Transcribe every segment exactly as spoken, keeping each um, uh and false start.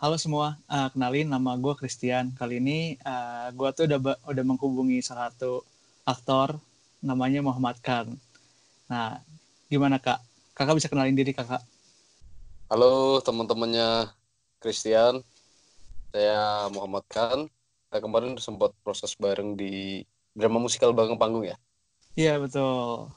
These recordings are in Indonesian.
Halo semua, uh, kenalin nama gue Christian. Kali ini uh, gue tuh udah ba- udah menghubungi salah satu aktor namanya Muhammad Khan. Nah, gimana kak? Kakak bisa kenalin diri kakak? Halo teman-temannya Christian, saya Muhammad Khan. Saya kemarin sempat proses bareng di drama musikal Bagong Panggung ya. Iya betul.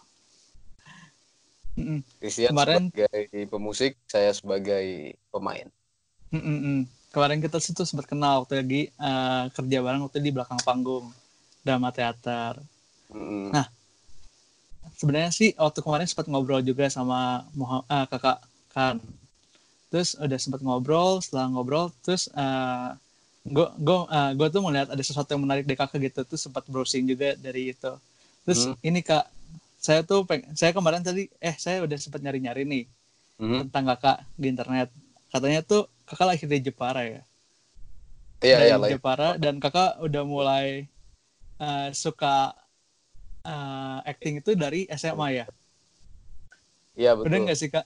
Mm-mm. Christian Kemarin, sebagai pemusik, saya sebagai pemain. mm-mm. Kemarin kita situ sempat kenal waktu lagi uh, kerja bareng waktu di belakang panggung drama teater. Mm-mm. Nah, sebenarnya sih waktu kemarin sempat ngobrol juga sama Muha- uh, kakak Khan. Terus udah sempat ngobrol, setelah ngobrol terus uh, gue gue uh, gue tuh melihat ada sesuatu yang menarik dari kakak gitu, tuh sempat browsing juga dari itu. Terus Mm-mm. ini kak, saya tuh peng- saya kemarin tadi eh saya udah sempat nyari-nyari nih Mm-mm. tentang kakak di internet. Katanya tuh kakak lahir dari Jepara ya, Iya, iya dari lah ya. Jepara, dan kakak udah mulai uh, suka uh, acting itu dari S M A ya. Iya Bener betul, nggak sih kak?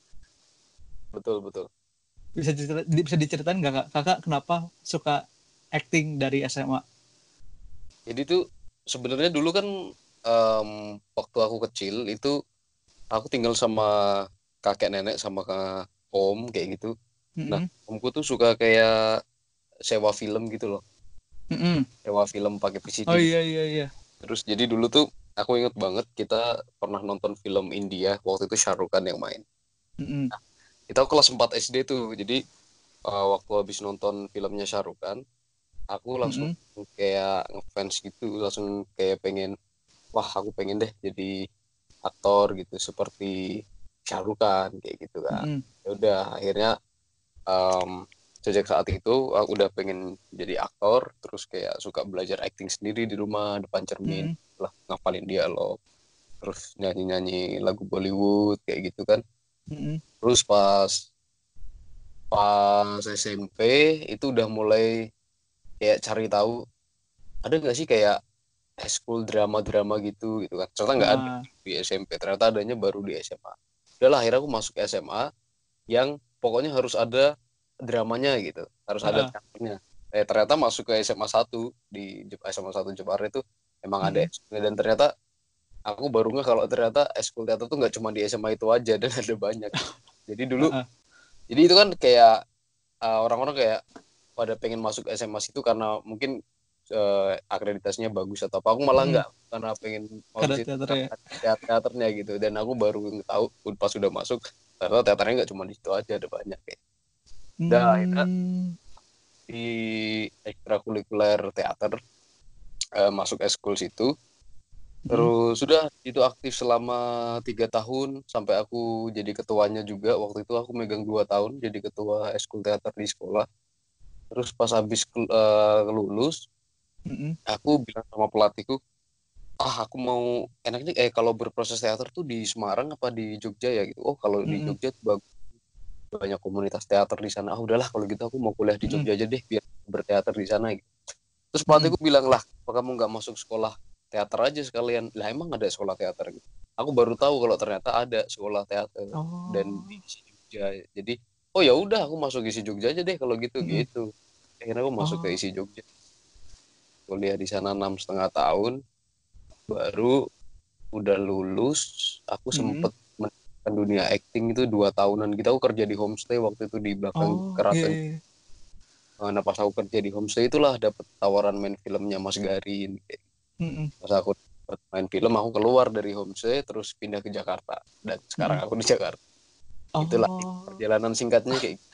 betul betul. Bisa dicerita, bisa diceritain nggak kak, kakak kenapa suka acting dari S M A? Jadi tuh sebenarnya dulu kan em, waktu aku kecil itu aku tinggal sama kakek nenek sama kak om kayak gitu. Nah, Mm-mm. omku tuh suka kayak sewa film gitu loh, Mm-mm. sewa film pakai V C D. Oh iya iya iya. Terus jadi dulu tuh aku inget banget kita pernah nonton film India waktu itu Shah Rukh Khan yang main. Mm-mm. Kita kelas empat S D tuh. Jadi uh, waktu habis nonton filmnya Shah Rukh Khan, aku langsung Mm-mm. kayak ngefans gitu, langsung kayak pengen, wah aku pengen deh jadi aktor gitu seperti Shah Rukh Khan kayak gitu kan. Mm-mm. Ya udah akhirnya um, sejak saat itu aku udah pengen jadi aktor, terus kayak suka belajar acting sendiri di rumah depan cermin Mm-mm. lah, ngapalin dialog, terus nyanyi-nyanyi lagu Bollywood kayak gitu kan. Mm-mm. Terus pas pas S M P itu udah mulai kayak cari tahu ada nggak sih kayak school drama-drama gitu gitu kan. Ternyata nggak ada Ah, di S M P, ternyata adanya baru di S M A. Udahlah akhirnya aku masuk S M A yang pokoknya harus ada dramanya gitu, harus ah, ada ah. teaternya. Eh ternyata masuk ke S M A satu di Jep- S M A satu Jepara itu emang ada Mm-mm. ekskulnya, dan ternyata aku baru nggak kalau ternyata eskul teater tuh nggak cuma di S M A itu aja dan ada banyak gitu. Jadi dulu, Ah, ah. jadi itu kan kayak uh, orang-orang kayak pada pengen masuk S M A situ karena mungkin uh, akreditasinya bagus atau apa. Aku malah Mm-mm. nggak, karena pengen mau ke Karena situ teater karena ya. teater teaternya gitu. Dan aku baru tahu pas sudah masuk ternyata teaternya nggak cuma di situ aja, ada banyak kayak. Udah akhirnya Hmm. di ekstrakurikuler teater, uh, masuk eskul situ. Mm-mm. Terus sudah itu aktif selama tiga tahun sampai aku jadi ketuanya juga. Waktu itu aku megang dua tahun jadi ketua eskul teater di sekolah. Terus pas habis kel- eh, lulus, Mm-mm. aku bilang sama pelatihku, ah aku mau enaknya eh kalau berproses teater tuh di Semarang apa di Jogja ya gitu. Oh kalau di Mm-mm. Jogja tuh bagus, banyak komunitas teater di sana. Ah udahlah kalau gitu aku mau kuliah di Mm-mm. Jogja aja deh biar berteater di sana gitu. Terus Mm-mm. pelatihku bilang, lah apa kamu nggak masuk sekolah teater aja sekalian? Lah emang ada sekolah teater gitu. Aku baru tahu kalau ternyata ada sekolah teater dan di Oh. isi Jogja. Jadi oh ya udah aku masuk isi Jogja aja deh kalau gitu Mm-mm. gitu. Akhirnya aku masuk ke Oh. isi Jogja, kuliah di sana enam setengah tahun, baru udah lulus aku Mm-mm. sempet menemukan dunia acting itu dua tahunan gitu. Aku kerja di homestay waktu itu di belakang Oh. Iya, keraton. iya, iya. Nah pas aku kerja di homestay itulah dapet tawaran main filmnya Mas Garin. Mm-mm. Pas aku dapet main film aku keluar dari homestay terus pindah ke Jakarta dan sekarang Mm-mm. aku di Jakarta. Itulah Oh. perjalanan singkatnya kayak gitu.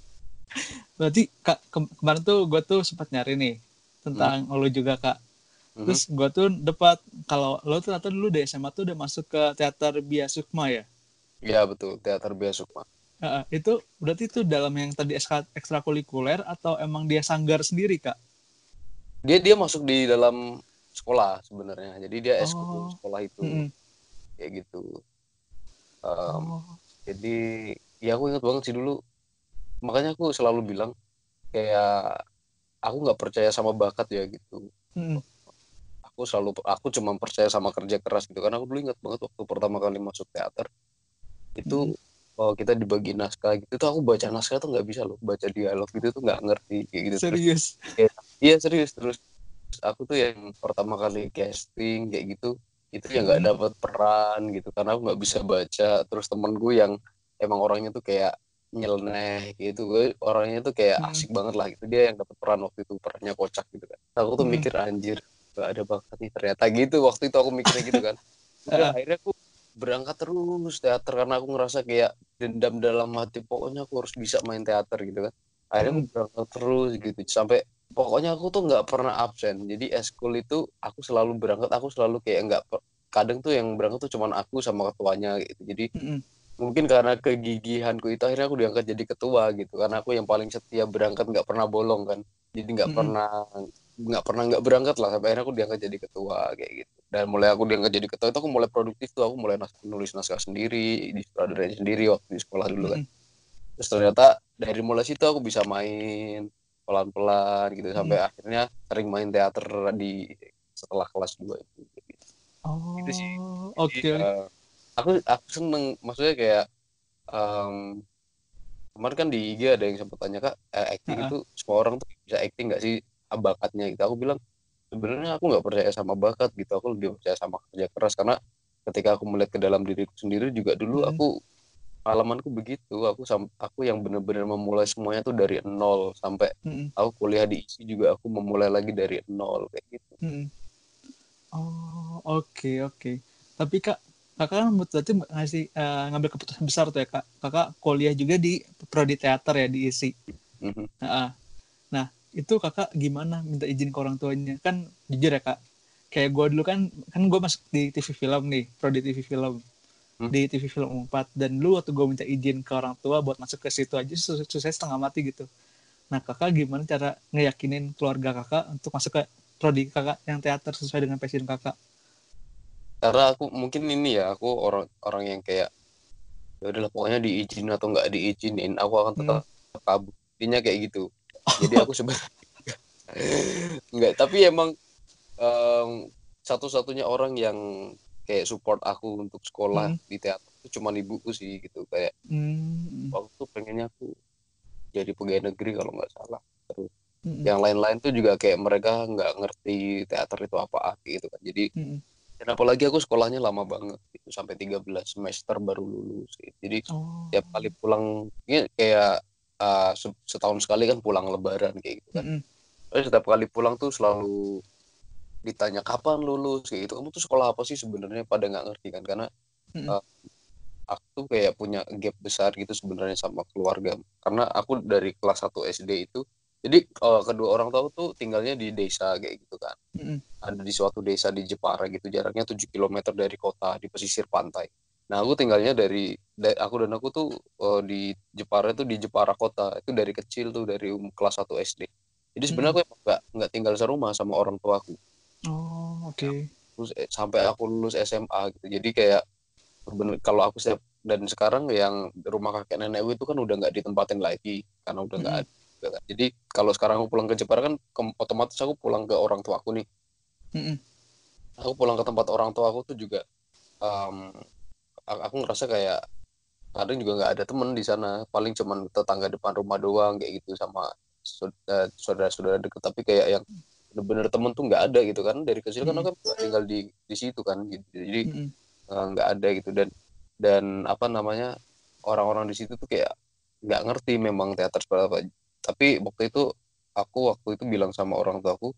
Berarti kak ke- kemarin tuh gue tuh sempat nyari nih Hmm, tentang lo juga kak. mhm. Terus gue tuh dapat kalau lo tuh ternyata dulu di S M A tuh udah masuk ke teater Bia Sukma ya. Ya betul, teater Beasukma. Heeh, itu berarti itu dalam yang tadi ekstra ekstrakurikuler atau emang dia sanggar sendiri kak? Dia dia masuk di dalam sekolah sebenarnya. Jadi dia eskul Oh. sekolah itu Mm-mm. kayak gitu. Em, Oh. jadi ya aku ingat banget sih dulu. Makanya aku selalu bilang kayak aku nggak percaya sama bakat ya gitu. Mm-mm. Aku selalu aku cuma percaya sama kerja keras gitu. Karena aku dulu ingat banget waktu pertama kali masuk teater itu Mm-mm. oh kita dibagi naskah gitu tuh, aku baca naskah tuh nggak bisa loh, baca dialog gitu tuh nggak ngerti kayak gitu. Terus Serius. ya, iya serius. Terus aku tuh yang pertama kali casting kayak gitu itu yang nggak Mm-mm. dapat peran gitu karena aku nggak bisa baca. Terus temenku yang emang orangnya tuh kayak nyeleneh gitu, gue orangnya tuh kayak Mm-mm. asik banget lah gitu, dia yang dapat peran waktu itu, perannya kocak gitu kan. Aku tuh Mm-mm. mikir anjir gak ada bakat nih ternyata gitu, waktu itu aku mikirnya gitu kan. Udah Ah, akhirnya aku berangkat terus teater karena aku ngerasa kayak dendam dalam hati, pokoknya aku harus bisa main teater gitu kan. Akhirnya aku mm-mm. berangkat terus gitu sampai pokoknya aku tuh nggak pernah absen. Jadi eskul itu aku selalu berangkat, aku selalu kayak nggak per- kadang tuh yang berangkat tuh cuman aku sama ketuanya gitu. Jadi Mm-mm. mungkin karena kegigihanku itu akhirnya aku diangkat jadi ketua gitu karena aku yang paling setia berangkat, nggak pernah bolong kan. Jadi nggak Mm-mm. pernah nggak pernah nggak berangkat lah, sampai akhirnya aku diangkat jadi ketua kayak gitu. Dan mulai aku diangkat jadi ketua itu aku mulai produktif tuh, aku mulai nas- nulis naskah sendiri, disutradarain sendiri waktu di sekolah dulu kan. Mm-mm. Terus ternyata dari mulai situ aku bisa main pelan-pelan gitu sampai Mm-mm. akhirnya sering main teater di setelah kelas dua itu. Gitu sih. Oh, Jadi oke. eh, aku aku seneng, maksudnya kayak em, kemarin kan di I G ada yang sempat tanya, kak, eh, acting Ah, itu semua orang tuh bisa acting nggak sih, ah, bakatnya gitu. Aku bilang sebenarnya aku nggak percaya sama bakat gitu, aku lebih percaya sama kerja keras. Karena ketika aku melihat ke dalam diriku sendiri juga dulu mm-mm. aku pengalamanku begitu, aku sam- aku yang benar-benar memulai semuanya tuh dari nol sampai Mm-mm. aku kuliah di I S I juga aku memulai lagi dari nol kayak gitu. Mm-mm. Oh, oke, oke. Tapi Kak, Kakak kan berarti ngasih eh, ngambil keputusan besar tuh ya, Kak. Kakak kuliah juga di prodi teater ya di I S I. Mhm. Nah, nah, itu Kakak gimana minta izin ke orang tuanya? Kan jujur ya, Kak. Kayak gue dulu kan, kan gue masuk di T V film nih, prodi T V film. Hmm. Di T V film empat. Dan dulu waktu gue minta izin ke orang tua buat masuk ke situ aja, sus- susah setengah mati gitu. Nah, Kakak gimana cara ngeyakinin keluarga Kakak untuk masuk ke prodi Kakak yang teater sesuai dengan passion Kakak? Karena aku mungkin ini ya, aku orang orang yang kayak ya udahlah pokoknya diizinin atau nggak diizinin aku akan Hmm. tetap kabur, intinya kayak gitu. Jadi aku sebenarnya nggak, tapi emang em, satu-satunya orang yang kayak support aku untuk sekolah Hmm. di teater itu cuma ibuku sih gitu. Kayak Hmm. waktu itu pengennya aku jadi pegawai negeri kalau nggak salah. Terus Hmm. yang lain-lain tuh juga kayak mereka nggak ngerti teater itu apa gitu kan. Jadi Hmm. dan apalagi aku sekolahnya lama banget gitu, sampai tiga belas semester baru lulus gitu. Jadi Oh. tiap kali pulang ini kayak uh, se- setahun sekali kan pulang lebaran kayak gitu kan. Hmm. Terus setiap kali pulang tuh selalu ditanya kapan lulus kayak gitu. Kamu tuh sekolah apa sih sebenarnya, pada nggak ngerti kan karena Hmm. uh, aku tuh kayak punya gap besar gitu sebenarnya sama keluarga. Karena aku dari kelas satu S D itu, jadi uh, kedua orang tua tuh tinggalnya di desa kayak gitu kan. Hmm. Ada di suatu desa di Jepara gitu, jaraknya tujuh kilometer dari kota di pesisir pantai. Nah, aku tinggalnya dari, da- aku dan aku tuh uh, di Jepara itu di Jepara kota. Itu dari kecil tuh, dari um, kelas satu S D. Jadi sebenarnya Hmm. aku emang nggak nggak tinggal serumah sama orang tua aku. Oh, oke. Ya, terus eh, sampai aku lulus S M A gitu. Jadi kayak bener, kalau aku siap, dan sekarang yang rumah kakek nenekku itu kan udah nggak ditempatin lagi karena udah nggak Hmm. ada juga kan. Jadi kalau sekarang aku pulang ke Jepara kan ke- otomatis aku pulang ke orang tua aku nih. Hmm. Aku pulang ke tempat orang tua aku tuh juga em, a- aku ngerasa kayak kadang juga nggak ada temen di sana, paling cuman tetangga depan rumah doang kayak gitu sama saud- eh, saudara-saudara deket, tapi kayak yang bener-bener temen tuh nggak ada gitu kan. Dari kecil kan Hmm. aku kan nggak tinggal di di situ kan gitu, jadi Hmm. eh, nggak ada gitu. Dan dan apa namanya, orang-orang di situ tuh kayak nggak ngerti memang teater seperti apa. Tapi waktu itu aku waktu itu bilang sama orang tua aku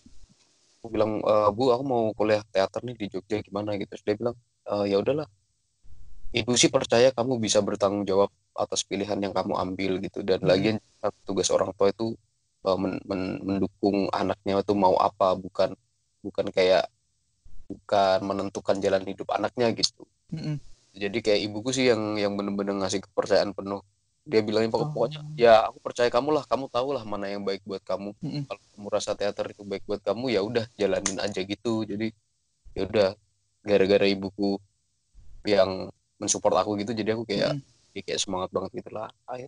aku bilang, "Eh, Bu, aku mau kuliah teater nih di Jogja gimana gitu." Terus dia bilang, "Eh, ya udahlah, ibu sih percaya kamu bisa bertanggung jawab atas pilihan yang kamu ambil gitu, dan Hmm. lagian tugas orang tua itu uh, men- men- mendukung anaknya itu mau apa, bukan bukan kayak bukan menentukan jalan hidup anaknya gitu." Hmm. Jadi kayak ibuku sih yang yang bener-bener ngasih kepercayaan penuh. Dia bilangnya pokok- pokoknya Oh. ya aku percaya kamu lah, kamu tahu lah mana yang baik buat kamu. Hmm. Kalau kamu rasa teater itu baik buat kamu ya udah jalanin aja gitu. Jadi ya udah, gara-gara ibuku yang mensupport aku gitu jadi aku kayak Hmm. ya kayak semangat banget gitu lah. Ayo.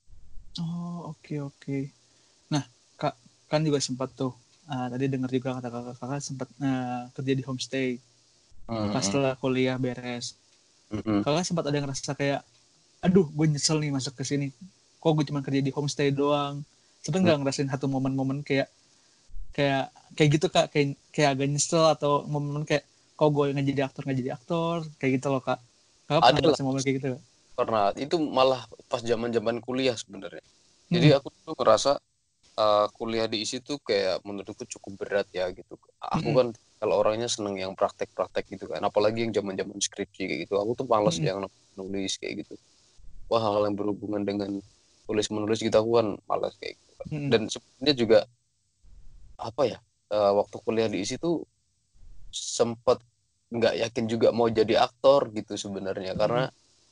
Oh, oke, oke. Nah, Kak, kan juga sempat tuh, ah, tadi dengar juga kata kakak, kakak sempat eh, kerja di homestay pas Mm-mm. setelah kuliah beres. Mm-mm. Kakak sempat ada ngerasa kayak aduh gue nyesel nih masuk ke sini, kok gue cuma kerja di homestay doang. Sebenarnya nggak ngerasain satu momen-momen kayak kayak kayak gitu kak, kayak kayak agak nyesel atau momen kayak kok gue nggak jadi aktor nggak jadi aktor kayak gitu loh kak. Kakak pernah Ada lah, ngerasain momen kayak gitu gak? pernah. Itu malah pas zaman-zaman kuliah sebenarnya. Jadi Hmm. aku tuh ngerasa uh, kuliah di I S I tuh kayak menurutku cukup berat ya gitu. Aku Hmm. kan kalau orangnya seneng yang praktek-praktek gitu kan, apalagi yang zaman-zaman skripsi kayak gitu. Aku tuh malas Hmm. yang nulis kayak gitu. Wah, hal yang berhubungan dengan tulis menulis gitu aku kan malas kayak gitu kan. Hmm. Dan sebenarnya juga apa ya, uh, waktu kuliah di I S I tuh sempet nggak yakin juga mau jadi aktor gitu sebenarnya, Hmm. karena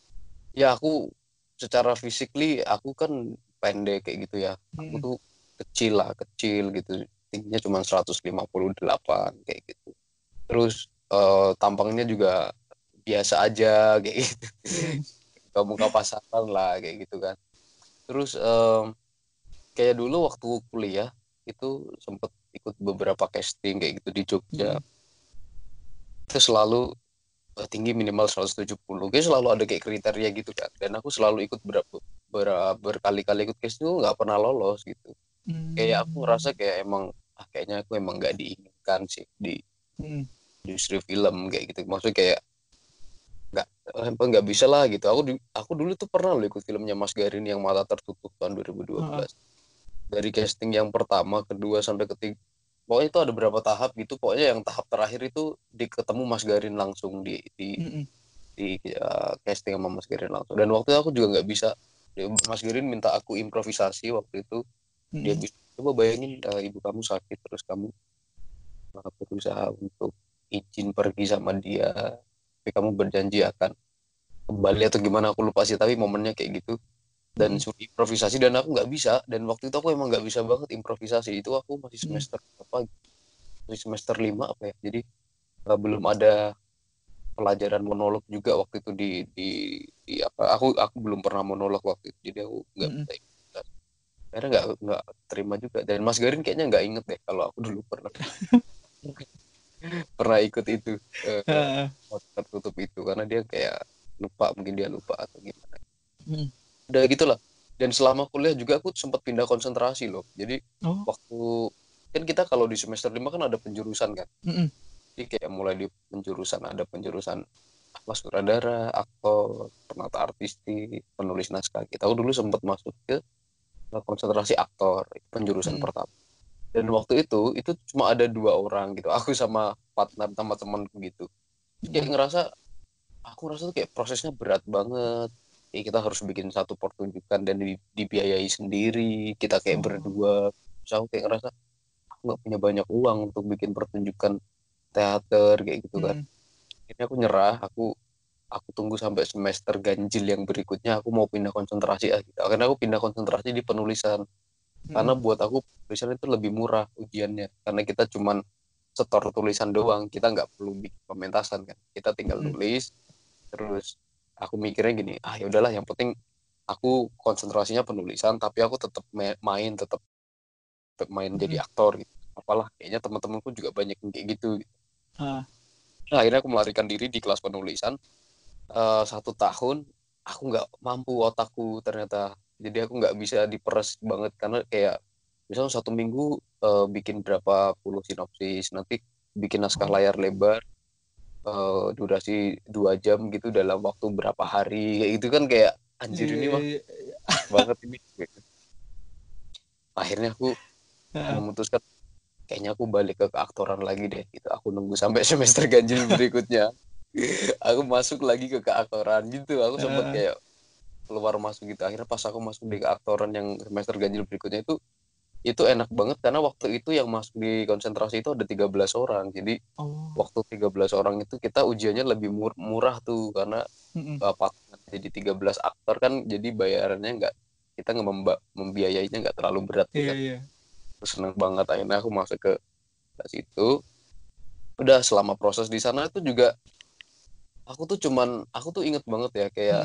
ya aku secara physically aku kan pendek kayak gitu ya, aku Hmm. tuh kecil lah, kecil gitu, tingginya cuma seratus lima puluh delapan kayak gitu. Terus eh, tampangnya juga biasa aja kayak gitu, Hmm. muka-muka pasaran lah kayak gitu kan. Terus em, kayak dulu waktu kuliah itu sempet ikut beberapa casting kayak gitu di Jogja, Hmm. itu selalu eh, tinggi minimal seratus tujuh puluh, kayak selalu ada kayak kriteria gitu kan, dan aku selalu ikut berapa ber, berkali-kali ikut casting tuh nggak pernah lolos gitu. Kayak aku Hmm. ngerasa kayak emang ah, kayaknya aku emang nggak diinginkan sih di Hmm. industri film kayak gitu, maksudnya kayak nggak emang nggak bisa lah gitu. Aku di- aku dulu tuh pernah loh ikut filmnya Mas Garin yang Mata Tertutup tahun dua ribu dua Ah. belas Dari casting yang pertama, kedua sampai ketiga, pokoknya itu ada berapa tahap gitu, pokoknya yang tahap terakhir itu di ketemu Mas Garin langsung di di Hmm. di uh, casting sama Mas Gerin langsung. Dan waktu itu aku juga nggak bisa, Mas Gerin minta aku improvisasi waktu itu. Dia Hmm. bisa, coba bayangin uh, ibu kamu sakit terus kamu uh, berusaha untuk izin pergi sama dia, tapi kamu berjanji akan kembali atau gimana aku lupa sih, tapi momennya kayak gitu. Dan Hmm. suruh improvisasi dan aku nggak bisa, dan waktu itu aku emang nggak bisa banget improvisasi. Itu aku masih Hmm. semester apa, masih semester lima apa ya, jadi uh, belum ada pelajaran monolog juga waktu itu di di, di apa, aku aku belum pernah monolog waktu itu, jadi aku nggak Hmm. bisa ikut. Karena nggak nggak terima juga, dan Mas Garin kayaknya nggak inget deh kalau aku dulu pernah pernah ikut itu, eh, Ah. tertutup itu, karena dia kayak lupa, mungkin dia lupa atau gimana, Hmm. udah gitulah. Dan selama kuliah juga aku sempat pindah konsentrasi loh, jadi Oh. waktu kan kita kalau di semester lima kan ada penjurusan kan, Hmm. jadi kayak mulai di penjurusan, ada penjurusan apa, sutradara, aktor, penata artistik, penulis naskah. Kita aku dulu sempat masuk ke konsentrasi aktor, itu penjurusan Hmm. pertama. Dan waktu itu itu cuma ada dua orang gitu, aku sama partner sama temanku gitu. Terus kayak Hmm. ngerasa, aku ngerasa tuh kayak prosesnya berat banget. Kayak kita harus bikin satu pertunjukan dan di- dibiayai sendiri. Kita kayak Oh. berdua. Terus aku kayak ngerasa aku nggak punya banyak uang untuk bikin pertunjukan teater kayak gitu kan. Hmm. Akhirnya aku nyerah, aku aku tunggu sampai semester ganjil yang berikutnya aku mau pindah konsentrasi ah gitu. Akhirnya aku pindah konsentrasi di penulisan, Hmm. karena buat aku penulisan itu lebih murah ujiannya, karena kita cuman setor tulisan doang, kita nggak perlu bikin pementasan kan, kita tinggal Hmm. nulis. Terus aku mikirnya gini, ah ya udahlah, yang penting aku konsentrasinya penulisan tapi aku tetap main, tetap main Hmm. jadi aktor gitu, apalah, kayaknya teman-temanku juga banyak yang kayak gitu. Ah. Nah, akhirnya aku melarikan diri di kelas penulisan. Eh, satu tahun aku nggak mampu, otakku ternyata, jadi aku nggak bisa diperes banget, karena kayak misalnya satu minggu eh, bikin berapa puluh sinopsis, nanti bikin naskah Oh. layar lebar eh, durasi dua jam gitu dalam waktu berapa hari kayak gitu kan, kayak anjir Iya, ini iya, mah iya. banget ini gitu. Akhirnya aku Ah. memutuskan kayaknya aku balik ke keaktoran lagi deh gitu, aku nunggu sampai semester ganjil berikutnya aku masuk lagi ke keaktoran gitu. Aku sempet Ah. kayak keluar masuk gitu. Akhirnya pas aku masuk di keaktoran yang semester ganjil berikutnya itu itu enak banget, karena waktu itu yang masuk di konsentrasi itu ada tiga belas orang. Jadi Oh. waktu tiga belas orang itu kita ujiannya lebih mur- murah tuh, karena Hmm. uh, patungan jadi tiga belas aktor kan, jadi bayarannya nggak, kita nggak memba- membiayainya nggak terlalu berat tuh Iya, kan. iya. Terus seneng banget, akhirnya aku masuk ke ke situ. Udah selama proses di sana itu juga aku tuh cuman, aku tuh inget banget ya, kayak Hmm.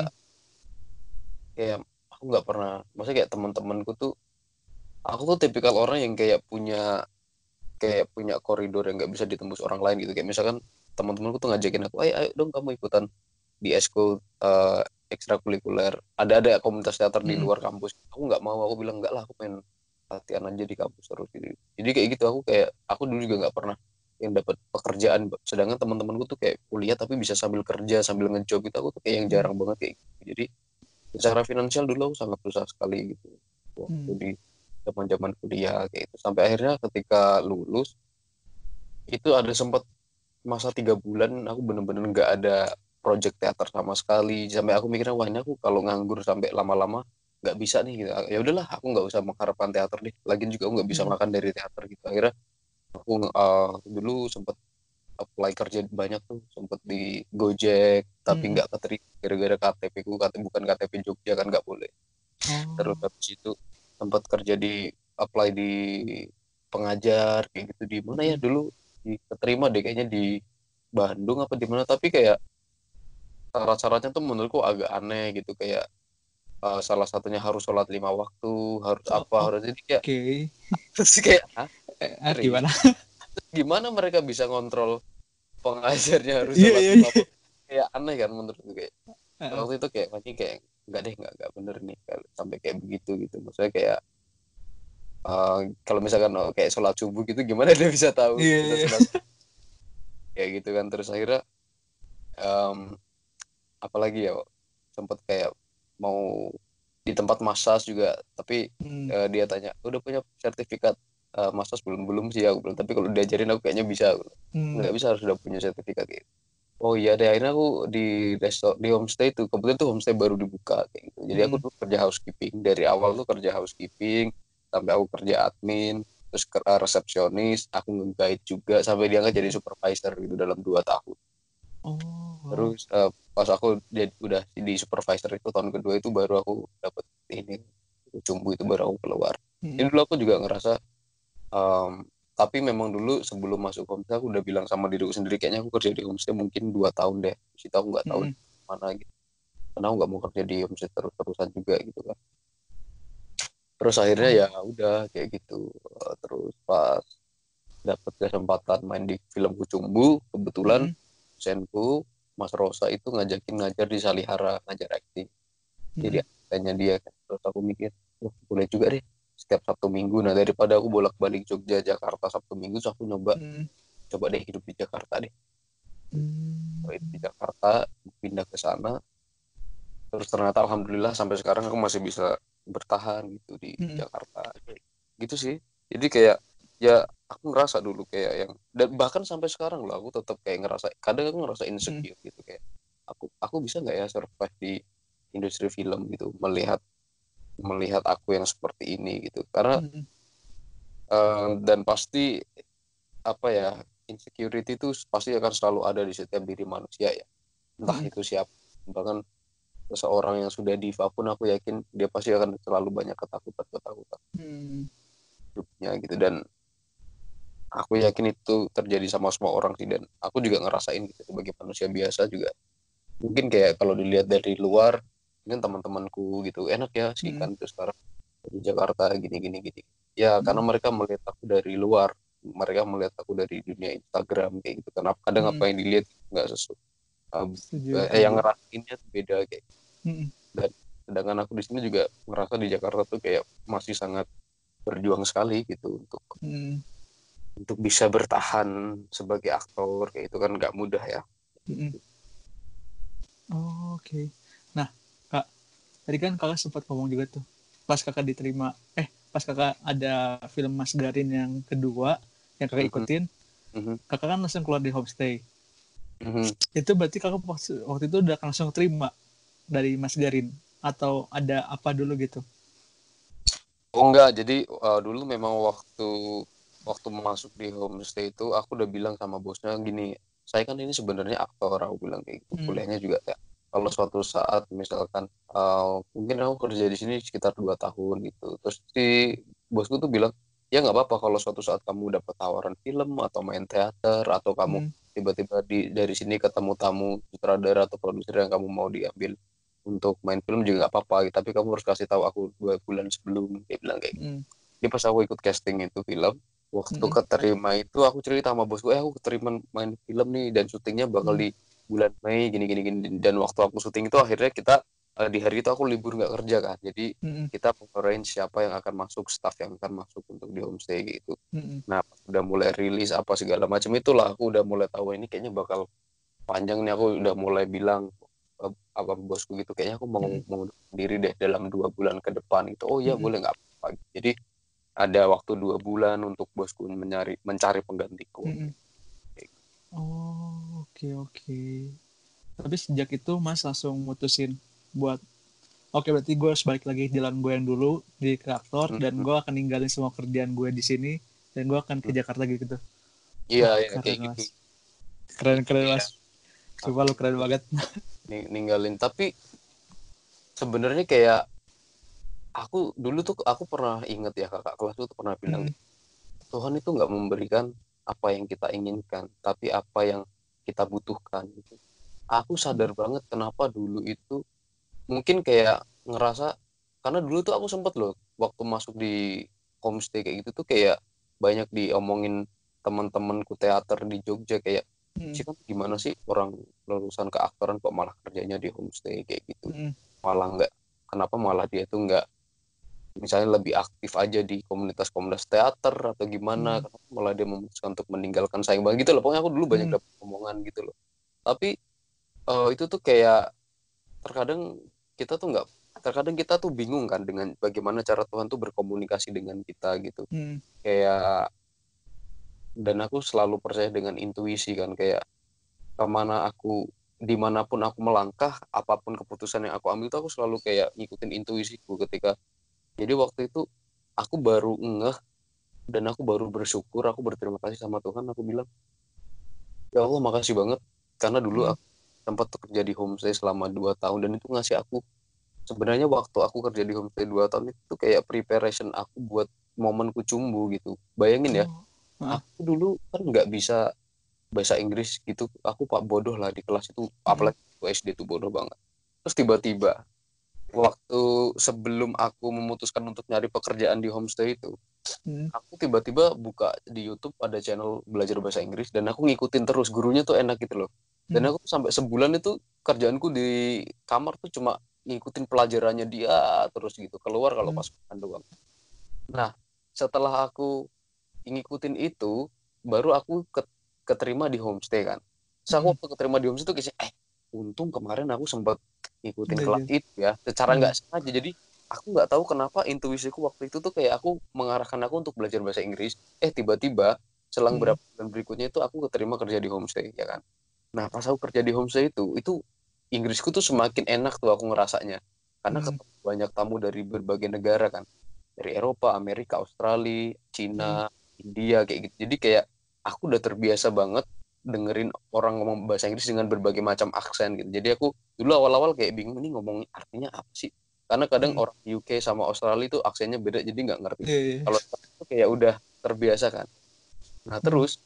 kayak aku nggak pernah, maksudnya kayak teman-temanku tuh, aku tuh tipikal orang yang kayak punya kayak punya koridor yang nggak bisa ditembus orang lain gitu. Kayak misalkan teman-temanku tuh ngajakin aku, ayo ayo dong kamu ikutan di eskul uh, ekstrakurikuler, ada ada komunitas teater di Hmm. luar kampus. Aku nggak mau, aku bilang enggak lah, aku pengen latihan aja di kampus terus gitu. Jadi kayak gitu, aku kayak aku dulu juga nggak pernah yang dapat pekerjaan, sedangkan teman-temanku tuh kayak kuliah tapi bisa sambil kerja sambil ngejob gitu, aku tuh kayak yang Hmm. jarang banget kayak gitu. Jadi secara finansial dulu aku sangat susah sekali gitu waktu Hmm. di zaman-zaman kuliah kayak gitu. Sampai akhirnya ketika lulus itu ada sempat masa tiga bulan aku bener-bener nggak ada project teater sama sekali, sampai aku mikirnya wah ini aku kalau nganggur sampai lama-lama nggak bisa nih gitu. Ya udahlah, aku nggak usah mengharapkan teater deh, lagian juga aku nggak bisa Hmm. makan dari teater gitu. Akhirnya aku uh, dulu sempat apply kerja banyak tuh, sempat di Gojek tapi Hmm. nggak keterima gara-gara K T P ku K T P bukan K T P Jogja kan, nggak boleh. Terus Oh. habis itu sempat kerja di apply di pengajar kayak gitu di mana ya Hmm. dulu, di keterima deh kayaknya di Bandung apa di mana, tapi kayak syarat-syaratnya tuh menurutku agak aneh gitu, kayak uh, salah satunya harus sholat lima waktu, harus Oh, apa oke. harus, jadi kayak terus kayak ah Eh, ah, serius, gimana? gimana mereka bisa ngontrol pengajarnya harus Iya, sholat iya, lima iya. waktu, kayak aneh kan menurutku. Kayak Heeh. waktu itu kayak masih kayak nggak deh, nggak nggak bener nih kalau sampai kayak begitu gitu. Maksudnya kayak uh, kalau misalkan oh, kayak sholat subuh gitu gimana dia bisa tahu Iya, kita iya. sholat kayak gitu kan. Terus akhirnya um, apalagi ya, sempat kayak mau di tempat massage juga, tapi Hmm. uh, dia tanya udah punya sertifikat uh, massage belum, belum sih aku bilang, tapi kalau diajarin aku kayaknya bisa. Aku bilang, Hmm. nggak bisa, harus udah punya sertifikat gitu. Oh iya deh, akhirnya aku di resto di homestay itu, kebetulan tuh homestay baru dibuka kayak gitu. Jadi aku Hmm. tuh kerja housekeeping dari awal tuh, kerja housekeeping sampai aku kerja admin, terus ke uh, resepsionis, aku nge-guide juga sampai diangkat jadi Hmm. supervisor gitu dalam dua tahun. Oh, wow. Terus uh, pas aku jadi udah di supervisor itu tahun kedua itu baru aku dapet ini cumbu, itu baru aku keluar. Hmm. Ini dulu aku juga ngerasa um, tapi memang dulu sebelum masuk homestay aku udah bilang sama diriku sendiri kayaknya aku kerja di homestay mungkin dua tahun deh. Situ aku nggak tahu Hmm. mana gitu. Karena aku nggak mau kerja di homestay terus-terusan juga gitu kan. Terus akhirnya Oh. ya udah kayak gitu. Uh, terus pas dapat kesempatan main di film Kucumbu, kebetulan Hmm. dosenku Mas Rosa itu ngajakin ngajar di Salihara, ngajar acting. Hmm. Jadi tanya dia kan. Terus aku mikir, oh, boleh juga deh setiap Sabtu Minggu. Nah daripada aku bolak-balik Jogja Jakarta Sabtu Minggu, so aku nyoba Hmm. coba deh hidup di Jakarta deh. Hmm. Coba hidup di Jakarta, pindah ke sana. Terus ternyata alhamdulillah sampai sekarang aku masih bisa bertahan gitu di Hmm. Jakarta. Gitu sih. Jadi kayak ya aku ngerasa dulu kayak yang, dan bahkan sampai sekarang loh aku tetap kayak ngerasa, kadang aku ngerasa Hmm. insecure gitu, kayak aku aku bisa nggak ya survive di industri film gitu, melihat melihat aku yang seperti ini gitu. Karena Hmm. eh, dan pasti apa ya, insecurity itu pasti akan selalu ada di setiap diri manusia ya, entah Hmm. itu siapa. Bahkan seseorang yang sudah diva pun aku yakin dia pasti akan selalu banyak ketakutan ketakutan Hmm. hidupnya gitu. Dan aku yakin itu terjadi sama semua orang sih, dan aku juga ngerasain gitu sebagai manusia biasa juga. Mungkin kayak kalau dilihat dari luar, mungkin teman-temanku gitu enak ya sih Hmm. kan, terus sekarang di Jakarta gini gini gini ya, karena Hmm. mereka melihat aku dari luar, mereka melihat aku dari dunia Instagram kayak gitu. Karena kadang Hmm. apa yang dilihat nggak sesuai, Setuju, eh, yang setuju. ngerasainnya tuh beda kayak. Hmm. Dan sedangkan aku di sini juga merasa di Jakarta tuh kayak masih sangat berjuang sekali gitu untuk Hmm. untuk bisa bertahan sebagai aktor kayak itu kan nggak mudah ya. Hmm. Oh, oke. Okay. Nah, Kak, tadi kan kakak sempat ngomong juga tuh, pas kakak diterima, eh, pas kakak ada film Mas Garin yang kedua, yang kakak Mhm, ikutin, mhm, kakak kan langsung keluar di homestay. mhm. Itu berarti kakak waktu itu udah langsung terima dari Mas Garin? Atau ada apa dulu gitu? Oh enggak, jadi uh, dulu memang waktu waktu masuk di homestay itu aku udah bilang sama bosnya gini, saya kan ini sebenarnya aktor, aku bilang kayak gitu, Hmm. kuliahnya juga ya. Kalau suatu saat misalkan uh, mungkin aku kerja di sini sekitar dua tahun gitu, terus si bosku tuh bilang ya nggak apa-apa kalau suatu saat kamu dapat tawaran film atau main teater, atau kamu Hmm. tiba-tiba di dari sini ketemu tamu sutradara atau produser yang kamu mau diambil untuk main film juga nggak apa-apa, tapi kamu harus kasih tahu aku dua bulan sebelum, dia bilang kayak gitu. Hmm. Jadi pas aku ikut casting itu film, waktu Hmm. keterima itu aku cerita sama bosku, eh aku keterima main film nih dan syutingnya bakal Hmm. di bulan Mei gini gini gini. Dan waktu aku syuting itu akhirnya kita uh, di hari itu aku libur nggak kerja kan, jadi Mm-mm. kita arrange siapa yang akan masuk, staff yang akan masuk untuk di homestay gitu. Mm-mm. Nah pas udah mulai rilis apa segala macam itulah aku udah mulai tahu ini kayaknya bakal panjang nih. Aku udah mulai bilang eh, apa bosku gitu, kayaknya aku mau Mm-mm. mau diri deh dalam dua bulan ke depan gitu. Oh ya Mm-mm. boleh, nggak apa-apa. Jadi ada waktu dua bulan untuk bosku mencari mencari penggantiku. Mm-mm. Oh, oke oke. Tapi sejak itu Mas langsung mutusin buat oke berarti gue harus balik lagi jalan gue yang dulu di kreator dan Mm-mm. gue akan ninggalin semua kerjaan gue di sini dan gue akan ke Jakarta gitu. Iya Wah ya kayak keren gitu. Mas, keren Itu keren kayak Mas. aku Sumpah lu keren banget. ning- ninggalin. Tapi sebenarnya kayak aku dulu tuh aku pernah inget ya, kakak kelas tuh pernah bilang Mm-mm. Tuhan itu nggak memberikan apa yang kita inginkan, tapi apa yang kita butuhkan gitu. Aku sadar banget kenapa dulu itu mungkin kayak ngerasa, karena dulu tuh aku sempet loh waktu masuk di homestay kayak gitu tuh kayak banyak diomongin teman-temanku teater di Jogja kayak, Mm-mm. sih kan gimana sih orang lulusan keaktoran kok malah kerjanya di homestay kayak gitu, Mm-mm. malah nggak, kenapa malah dia tuh nggak misalnya lebih aktif aja di komunitas-komunitas teater atau gimana, Mm-mm. kenapa malah dia memutuskan untuk meninggalkan sayang banget gitu loh. Pokoknya aku dulu banyak Mm-mm. dapat omongan gitu loh. Tapi eh, itu tuh kayak terkadang kita tuh nggak, terkadang kita tuh bingung kan dengan bagaimana cara Tuhan tuh berkomunikasi dengan kita gitu. Mm-mm. Kayak, dan aku selalu percaya dengan intuisi kan, kayak kemana aku, dimanapun aku melangkah, apapun keputusan yang aku ambil tuh aku selalu kayak ngikutin intuisiku ketika, jadi waktu itu aku baru ngeh dan aku baru bersyukur, aku berterima kasih sama Tuhan. Aku bilang, ya Allah makasih banget karena dulu Mm-mm. aku sempat kerja di homestay selama dua tahun dan itu ngasih aku, sebenarnya waktu aku kerja di homestay dua tahun itu kayak preparation aku buat momen kucumbu gitu. Bayangin ya, Oh. Ah. aku dulu kan nggak bisa bahasa Inggris gitu, aku pak bodoh lah di kelas itu, Mm-mm. apalagi waktu S D tuh bodoh banget. Terus tiba-tiba waktu sebelum aku memutuskan untuk nyari pekerjaan di homestay itu, Mm-mm. aku tiba-tiba buka di YouTube ada channel belajar bahasa Inggris dan aku ngikutin terus, gurunya tuh enak gitu loh. Dan Mm-mm. aku tuh sampai sebulan itu kerjaanku di kamar tuh cuma ngikutin pelajarannya dia terus gitu, keluar kalau Mm-mm. pas makan doang. Nah, setelah aku ngikutin itu, baru aku ke- keterima di homestay kan. Terus aku Mm-mm. waktu keterima di homestay itu kayak, eh untung kemarin aku sempat ngikutin kelas Belajar. itu ya, secara nggak Mm. sengaja. Jadi aku nggak tahu kenapa intuisiku waktu itu tuh kayak aku mengarahkan aku untuk belajar bahasa Inggris. Eh tiba-tiba selang Mm-mm. berapa bulan berikutnya itu aku keterima kerja di homestay ya kan. Nah pas aku kerja di homestay itu, itu Inggrisku tuh semakin enak tuh aku ngerasanya. Karena Mm-mm. ketemu banyak tamu dari berbagai negara kan, dari Eropa, Amerika, Australia, Mm-mm. Cina, India kayak gitu. Jadi kayak aku udah terbiasa banget dengerin orang ngomong bahasa Inggris dengan berbagai macam aksen gitu. Jadi aku dulu awal-awal kayak bingung ini ngomong artinya apa sih? Karena kadang Mm-mm. orang U K sama Australia itu aksennya beda jadi nggak ngerti. Iya, iya. Kalau sekarang tuh kayak udah terbiasa kan. Nah Mm. terus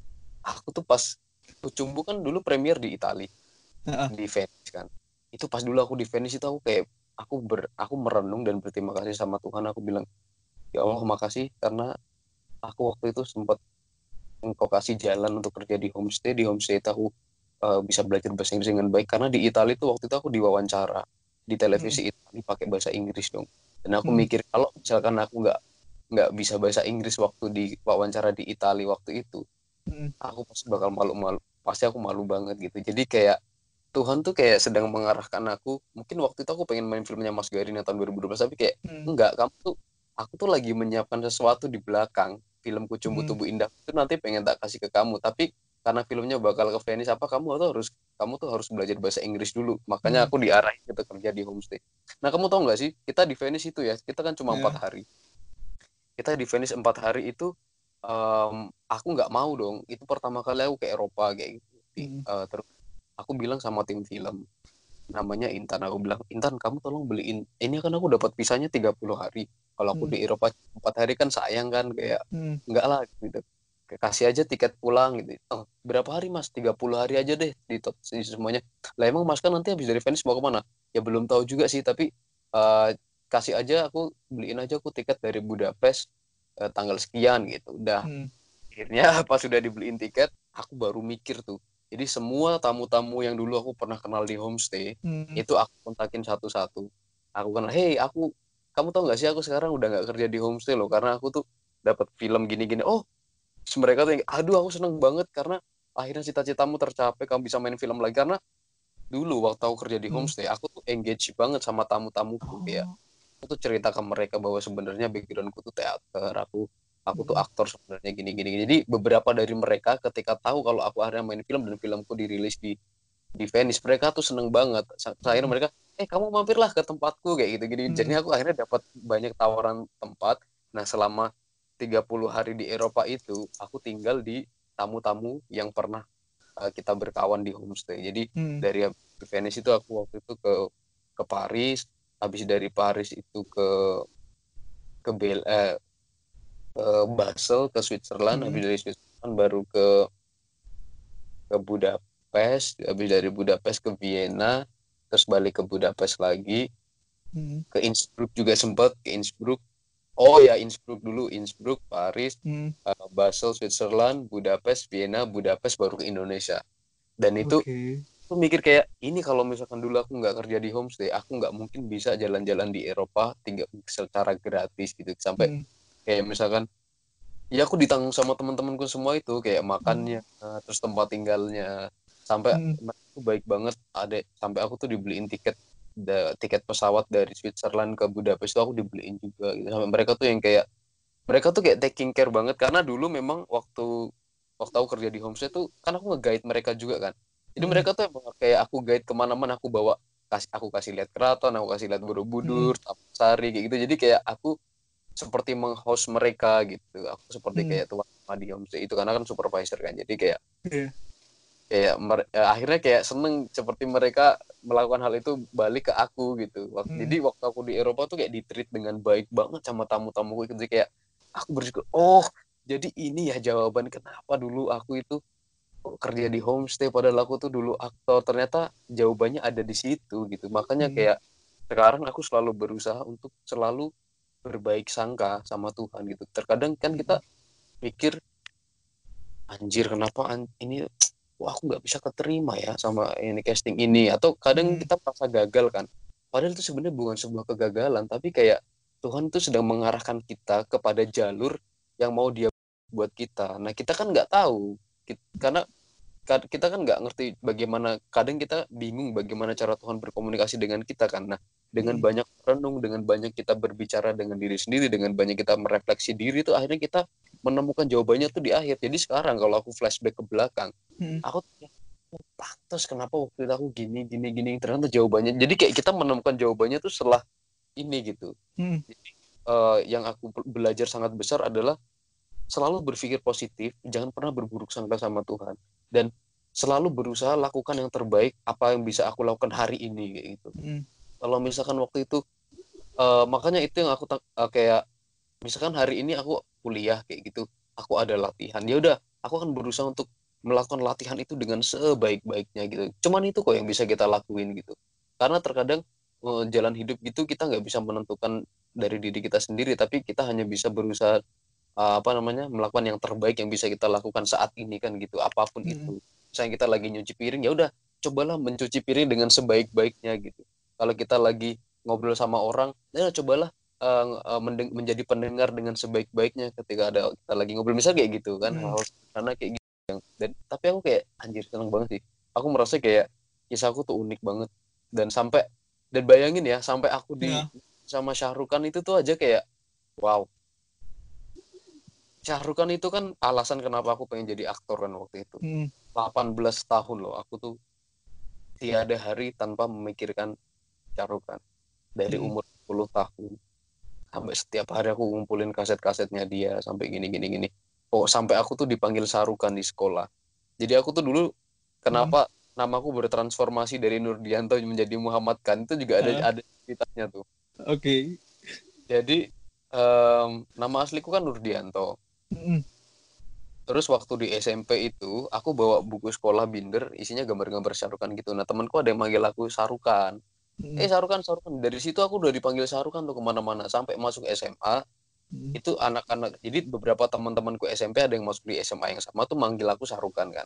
aku tuh pas Kucumbu kan dulu premier di Italia, Ah, ah. di Venice kan. Itu pas dulu aku di Venice itu aku kayak aku ber aku merenung dan berterima kasih sama Tuhan. Aku bilang, ya Allah makasih karena aku waktu itu sempat engkau kasih jalan untuk kerja di homestay. Di homestay itu aku uh, bisa belajar bahasa Inggris dengan baik karena di Italia itu waktu itu aku diwawancara di Mm-mm. televisi Italia pakai bahasa Inggris dong. Dan aku Mm-mm. mikir kalau misalkan aku nggak nggak bisa bahasa Inggris waktu di wawancara di Italia waktu itu, Mm-mm. aku pasti bakal malu-malu, pasti aku malu banget gitu. Jadi kayak Tuhan tuh kayak sedang mengarahkan aku. Mungkin waktu itu aku pengen main filmnya Mas Garina tahun dua ribu dua belas, tapi kayak Mm-mm. enggak, kamu tuh, aku tuh lagi menyiapkan sesuatu di belakang. Film Kucumbu Mm-mm. Tubuh Indah itu nanti pengen tak kasih ke kamu, tapi karena filmnya bakal ke Venice apa, kamu tuh harus kamu tuh harus belajar bahasa Inggris dulu. Makanya Mm. aku diarahin gitu kerja di homestay. Nah, kamu tahu nggak sih, kita di Venice itu ya, kita kan cuma empat Ya. hari. Kita di Venice empat hari itu, em, aku nggak mau dong. Itu pertama kali aku ke Eropa kayak gitu. Di, Mm. eh, terus aku bilang sama tim film, namanya Intan, aku bilang Intan kamu tolong beliin ini kan, aku dapat visanya tiga puluh hari, kalau aku Mm. di Eropa empat hari kan sayang kan, kayak Mm. enggak lah gitu, kayak kasih aja tiket pulang gitu. Oh, berapa hari mas? Tiga puluh hari aja deh di, tot- di semuanya. Lah emang mas kan nanti habis dari Venice mau kemana? Ya belum tahu juga sih, tapi eh, kasih aja, aku beliin aja aku tiket dari Budapest eh, tanggal sekian gitu udah. Mm. Akhirnya pas sudah dibeliin tiket aku baru mikir tuh, Jadi semua tamu-tamu yang dulu aku pernah kenal di homestay, Hmm. itu aku kontakin satu-satu. Aku kenal, hey aku, kamu tau gak sih aku sekarang udah gak kerja di homestay loh, karena aku tuh dapat film gini-gini. Oh, terus mereka tuh yang, aduh aku seneng banget karena akhirnya cita-citamu tercapai, kamu bisa main film lagi. Karena dulu waktu aku kerja di Hmm. homestay, aku tuh engage banget sama tamu-tamuku. Kayak Oh. aku tuh cerita ke mereka bahwa sebenarnya backgroundku tuh teater, aku aku tuh Hmm. aktor sebenarnya gini-gini. Jadi beberapa dari mereka ketika tahu kalau aku akhirnya main film dan filmku dirilis di di Venice, mereka tuh seneng banget. Akhirnya Hmm. mereka, eh kamu mampirlah ke tempatku kayak gitu-gitu. Jadi Hmm. aku akhirnya dapat banyak tawaran tempat. Nah selama tiga puluh hari di Eropa itu, aku tinggal di tamu-tamu yang pernah uh, kita berkawan di homestay. Jadi Hmm. dari Venice itu aku waktu itu ke ke Paris, habis dari Paris itu ke ke Bel eh, ke Basel, ke Switzerland, Hmm. habis dari Switzerland baru ke ke Budapest, habis dari Budapest ke Vienna, terus balik ke Budapest lagi, Hmm. ke Innsbruck juga sempat, ke Innsbruck. Oh ya, Innsbruck dulu, Innsbruck, Paris, Hmm. uh, Basel, Switzerland, Budapest, Vienna, Budapest baru ke Indonesia. Dan itu Oke. aku mikir kayak ini kalau misalkan dulu aku nggak kerja di homestay, aku nggak mungkin bisa jalan-jalan di Eropa tinggal secara gratis gitu. Sampai Hmm. kayak misalkan ya aku ditanggung sama teman-temanku semua itu kayak Hmm. makannya, eh, terus tempat tinggalnya, sampai Hmm. mereka tuh baik banget. Ada sampai aku tuh dibeliin tiket da, tiket pesawat dari Switzerland ke Budapest itu aku dibeliin juga gitu. Sampai mereka tuh yang kayak mereka tuh kayak taking care banget karena dulu memang waktu waktu aku kerja di homestay tuh kan aku nge-guide mereka juga kan. Jadi Hmm. mereka tuh emang kayak aku guide kemana-mana, aku bawa kasih aku kasih lihat keraton, aku kasih lihat Hmm. Borobudur, Taman Sari kayak gitu. Jadi kayak aku seperti meng-host mereka gitu. Aku seperti Hmm. kayak tuan rumah di homestay itu karena kan supervisor kan. Jadi kayak Iya. kayak mer- eh, akhirnya kayak seneng seperti mereka melakukan hal itu balik ke aku gitu. Wak- Hmm. Jadi waktu aku di Eropa tuh kayak di-treat dengan baik banget sama tamu-tamuku itu. Jadi kayak aku bersyukur, oh jadi ini ya jawaban kenapa dulu aku itu kerja di homestay padahal aku tuh dulu aktor. Ternyata jawabannya ada di situ gitu. Makanya Hmm. kayak sekarang aku selalu berusaha untuk selalu berbaik sangka sama Tuhan gitu. Terkadang kan Hmm. kita mikir anjir kenapa an- ini wah aku nggak bisa keterima ya sama ini casting ini, atau kadang Hmm. kita merasa gagal kan, padahal itu sebenarnya bukan sebuah kegagalan tapi kayak Tuhan tuh sedang mengarahkan kita kepada jalur yang mau dia buat kita. Nah kita kan nggak tahu. Kit- karena kad- kita kan nggak ngerti bagaimana, kadang kita bingung bagaimana cara Tuhan berkomunikasi dengan kita kan. Nah dengan Hmm. banyak renung, dengan banyak kita berbicara dengan diri sendiri, dengan banyak kita merefleksi diri tuh akhirnya kita menemukan jawabannya tuh di akhir. Jadi sekarang kalau aku flashback ke belakang, Hmm. aku tuh, oh, pantas kenapa waktu itu aku gini gini gini, ternyata jawabannya. Jadi kayak kita menemukan jawabannya tuh setelah ini gitu. Hmm. Jadi, eh, yang aku belajar sangat besar adalah selalu berpikir positif, jangan pernah berburuk sangka sama Tuhan, dan selalu berusaha lakukan yang terbaik apa yang bisa aku lakukan hari ini kayak gitu. Hmm. Kalau misalkan waktu itu eh, makanya itu yang aku tak- eh, kayak misalkan hari ini aku kuliah kayak gitu, aku ada latihan, ya udah aku akan berusaha untuk melakukan latihan itu dengan sebaik-baiknya gitu. Cuman itu kok yang bisa kita lakuin gitu. Karena terkadang eh, jalan hidup gitu kita nggak bisa menentukan dari diri kita sendiri, tapi kita hanya bisa berusaha uh, apa namanya melakukan yang terbaik yang bisa kita lakukan saat ini kan gitu, apapun Hmm. itu. Misalnya kita lagi nyuci piring, ya udah cobalah mencuci piring dengan sebaik-baiknya gitu. Kalau kita lagi ngobrol sama orang, ya cobalah uh, uh, mendeng- menjadi pendengar dengan sebaik-baiknya ketika ada kita lagi ngobrol, misalnya kayak gitu kan, Hmm. hal karena kayak gitu. Dan tapi aku kayak anjir seneng banget sih, aku merasa kayak kisahku tuh unik banget. Dan sampai dan bayangin ya, sampai aku di Ya. sama Syahrukan itu tuh aja kayak wow. Syahrukan itu kan alasan kenapa aku pengen jadi aktor kan waktu itu. Hmm. delapan belas tahun loh, aku tuh tiada hari tanpa memikirkan Syahrukan. Dari Hmm. umur sepuluh tahun sampai setiap hari aku ngumpulin kaset-kasetnya dia sampai gini gini gini. Oh, sampai aku tuh dipanggil Syahrukan di sekolah. Jadi aku tuh dulu Hmm. kenapa namaku bertransformasi dari Nurdianto menjadi Muhammad Khan itu juga ada Ah. ada ceritanya tuh. Oke. Jadi em, nama asliku kan Nurdianto. Hmm. Terus waktu di S M P itu, aku bawa buku sekolah binder, isinya gambar-gambar Sarukan gitu. Nah, temanku ada yang manggil aku Sarukan. Hmm. Eh, Sarukan, Sarukan. Dari situ aku udah dipanggil Sarukan tuh kemana-mana. Sampai masuk S M A, Hmm. itu anak-anak. Jadi beberapa teman-temanku S M P ada yang masuk di S M A yang sama tuh manggil aku Sarukan kan.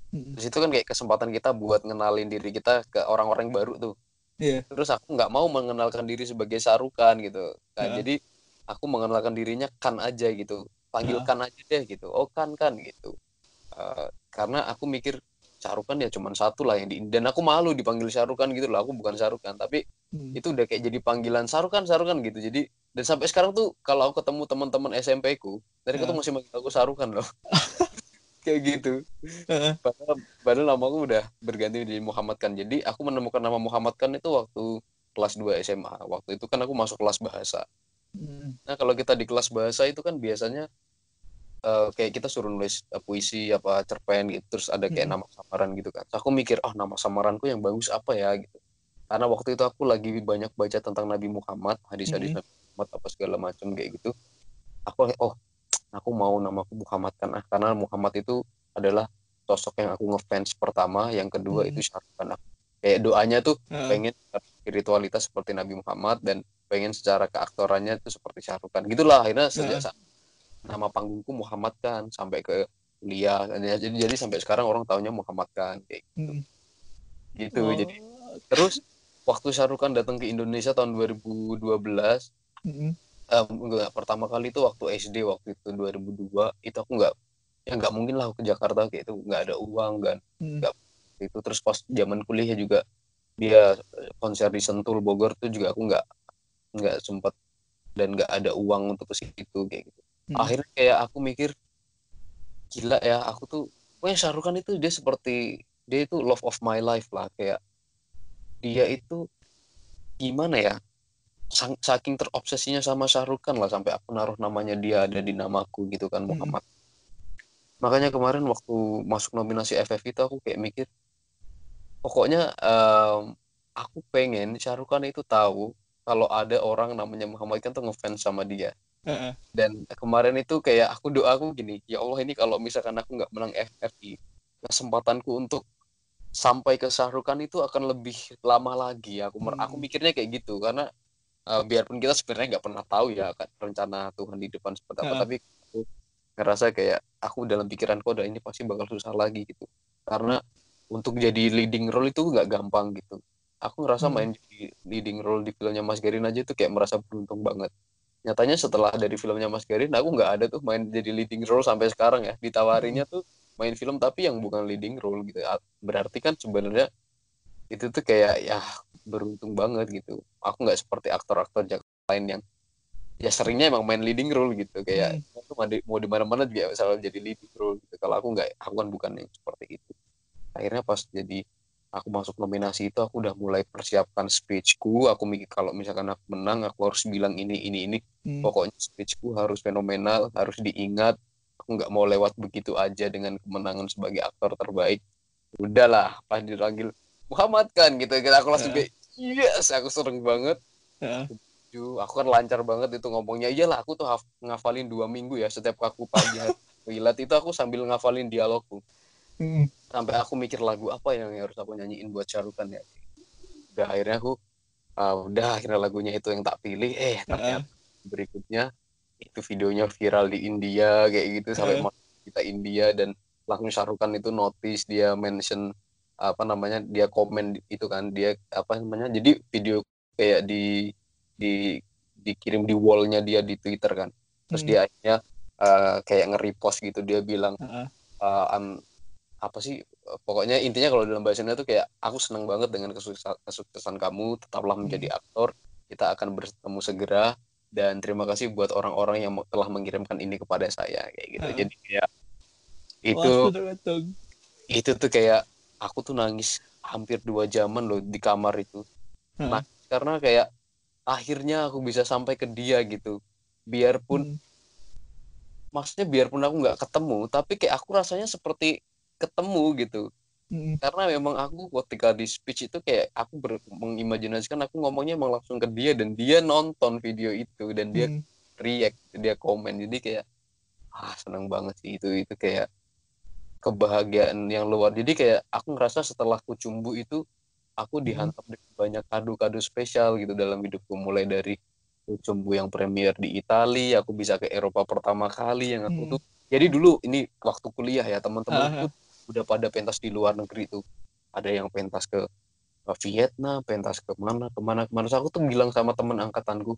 Mm. Terus itu kan kayak kesempatan kita buat ngenalin diri kita ke orang-orang baru tuh. Iya. Terus aku nggak mau mengenalkan diri sebagai Sarukan gitu. Nah, Heeh. jadi aku mengenalkan dirinya Kan aja gitu. Panggil Heeh. Kan aja deh gitu. Oh Kan Kan gitu. Eh, karena aku mikir Syarukan ya cuma satu lah yang di dan aku malu dipanggil Syarukan gitu loh. Aku bukan Syarukan tapi Mm. itu udah kayak jadi panggilan Sarukan Sarukan gitu. Jadi dan sampai sekarang tuh kalau aku ketemu teman-teman S M P ku, mereka tuh Heeh. masih manggil aku Sarukan loh. Kayak gitu. Heeh. Padahal, padahal namaku udah berganti jadi Muhammad Kan. Jadi aku menemukan nama Muhammad Kan itu waktu kelas dua S M A. Waktu itu kan aku masuk kelas bahasa. Mm. Nah, kalau kita di kelas bahasa itu kan biasanya eh, kayak kita suruh nulis eh, puisi apa cerpen gitu. Terus ada kayak Mm. nama samaran gitu kan. Terus aku mikir, oh nama samaranku yang bagus apa ya gitu. Karena waktu itu aku lagi banyak baca tentang Nabi Muhammad, hadis-hadis Mm. Nabi Muhammad apa segala macam kayak gitu. Aku oh aku mau namaku Muhammad Kan ah karena Muhammad itu adalah sosok yang aku ngefans pertama, yang kedua Mm. itu Syahrukh Khan. Kayak doanya tuh Heeh. pengen spiritualitas seperti Nabi Muhammad dan pengen secara keaktorannya itu seperti Syahrukh Khan gitulah. Akhirnya sejak Heeh. saat nama panggungku Muhammad Kan sampai ke kuliah jadi jadi sampai sekarang orang taunya Muhammad Kan kayak gitu Mm. gitu jadi Oh. terus waktu Syahrukh Khan datang ke Indonesia tahun dua ribu dua belas. Mm. Eh, enggak, pertama kali itu waktu S D waktu itu dua ribu dua itu aku nggak ya nggak mungkin lah aku ke Jakarta kayak itu nggak ada uang kan Mm. nggak itu terus pas zaman kuliah juga dia eh, konser di Sentul Bogor tuh juga aku nggak nggak sempat dan nggak ada uang untuk ke situ kayak gitu Mm. akhirnya kayak aku mikir gila ya aku tuh pokoknya Shahrukh Khan itu dia seperti dia itu love of my life lah kayak dia itu gimana ya sang- saking terobsesinya sama Shahrukh Khan lah sampai aku naruh namanya dia ada di namaku gitu kan Mm. Muhammad. Makanya kemarin waktu masuk nominasi F F itu aku kayak mikir, pokoknya em, aku pengen Shahrukh Khan itu tahu kalau ada orang namanya Muhammad kan tuh ngefans sama dia. Heeh. Dan kemarin itu kayak aku doa aku gini, ya Allah ini kalau misalkan aku nggak menang F F I, kesempatanku untuk sampai ke Shahrukh Khan itu akan lebih lama lagi. Aku mer- aku Mm. mikirnya kayak gitu karena eh, biarpun kita sebenarnya nggak pernah tahu ya kan rencana Tuhan di depan seperti apa, Heeh. tapi aku ngerasa kayak aku dalam pikiranku udah ini pasti bakal susah lagi gitu karena untuk jadi leading role itu nggak gampang gitu aku ngerasa Mm. main di leading role di filmnya Mas Garin aja tuh kayak merasa beruntung banget nyatanya setelah dari filmnya Mas Garin aku nggak ada tuh main jadi leading role sampai sekarang ya Mm. ditawarinya tuh main film tapi yang bukan leading role gitu berarti kan sebenarnya itu tuh kayak ya beruntung banget gitu aku nggak seperti aktor-aktor lain yang ya seringnya emang main leading role gitu kayak Mm. aku mau di, mau di mana-mana juga selalu jadi leading role gitu kalau aku nggak aku kan bukan yang seperti itu akhirnya pas jadi aku masuk nominasi itu aku udah mulai persiapkan speechku aku mikir kalau misalkan aku menang aku harus bilang ini ini ini Mm. pokoknya speechku harus fenomenal harus diingat aku nggak mau lewat begitu aja dengan kemenangan sebagai aktor terbaik udahlah pas dipanggil Muhammad Kan gitu aku langsung Heeh. kayak yes aku seneng banget Heeh. aku maju, aku kan lancar banget itu ngomongnya iyalah aku tuh haf- ngafalin dua minggu ya setiap aku pagi hari toilet itu aku sambil ngafalin dialogku Mm. sampai aku mikir lagu apa yang harus aku nyanyiin buat Syarukan ya udah akhirnya aku ah, udah akhirnya lagunya itu yang tak pilih eh Heeh. ternyata berikutnya itu videonya viral di India kayak gitu sampai Heeh. masuk kita India dan langsung Syarukan itu notice dia mention apa namanya dia komen itu kan dia apa namanya jadi video kayak di di dikirim di wallnya dia di Twitter kan terus Mm. dia akhirnya uh, kayak nge-repost gitu dia bilang Heeh. uh, I'm- apa sih pokoknya intinya kalau dalam bahasanya tuh kayak aku senang banget dengan kesuksesan, kesuksesan kamu tetaplah Mm. menjadi aktor kita akan bertemu segera dan terima kasih buat orang-orang yang telah mengirimkan ini kepada saya kayak gitu Heeh. jadi kayak Wah, itu tergantung. itu tuh kayak aku tuh nangis hampir dua jaman loh di kamar itu Heeh. nangis karena kayak akhirnya aku bisa sampai ke dia gitu biarpun Mm. maksudnya biarpun aku nggak ketemu tapi kayak aku rasanya seperti ketemu gitu Mm. karena memang aku ketika di speech itu kayak aku ber- mengimajinasikan aku ngomongnya emang langsung ke dia dan dia nonton video itu dan dia Mm. react dia komen jadi kayak ah seneng banget sih itu itu kayak kebahagiaan yang luar jadi kayak aku ngerasa setelah Kucumbu itu aku Mm. dihantam dengan banyak kado-kado spesial gitu dalam hidupku mulai dari Kucumbu yang premier di Italia aku bisa ke Eropa pertama kali yang aku Mm. tuh jadi dulu ini waktu kuliah ya teman-temanku Heeh. tuh udah pada pentas di luar negeri tuh. Ada yang pentas ke ke Vietnam, pentas ke mana kemana kemana. Terus aku tuh bilang sama temen angkatanku,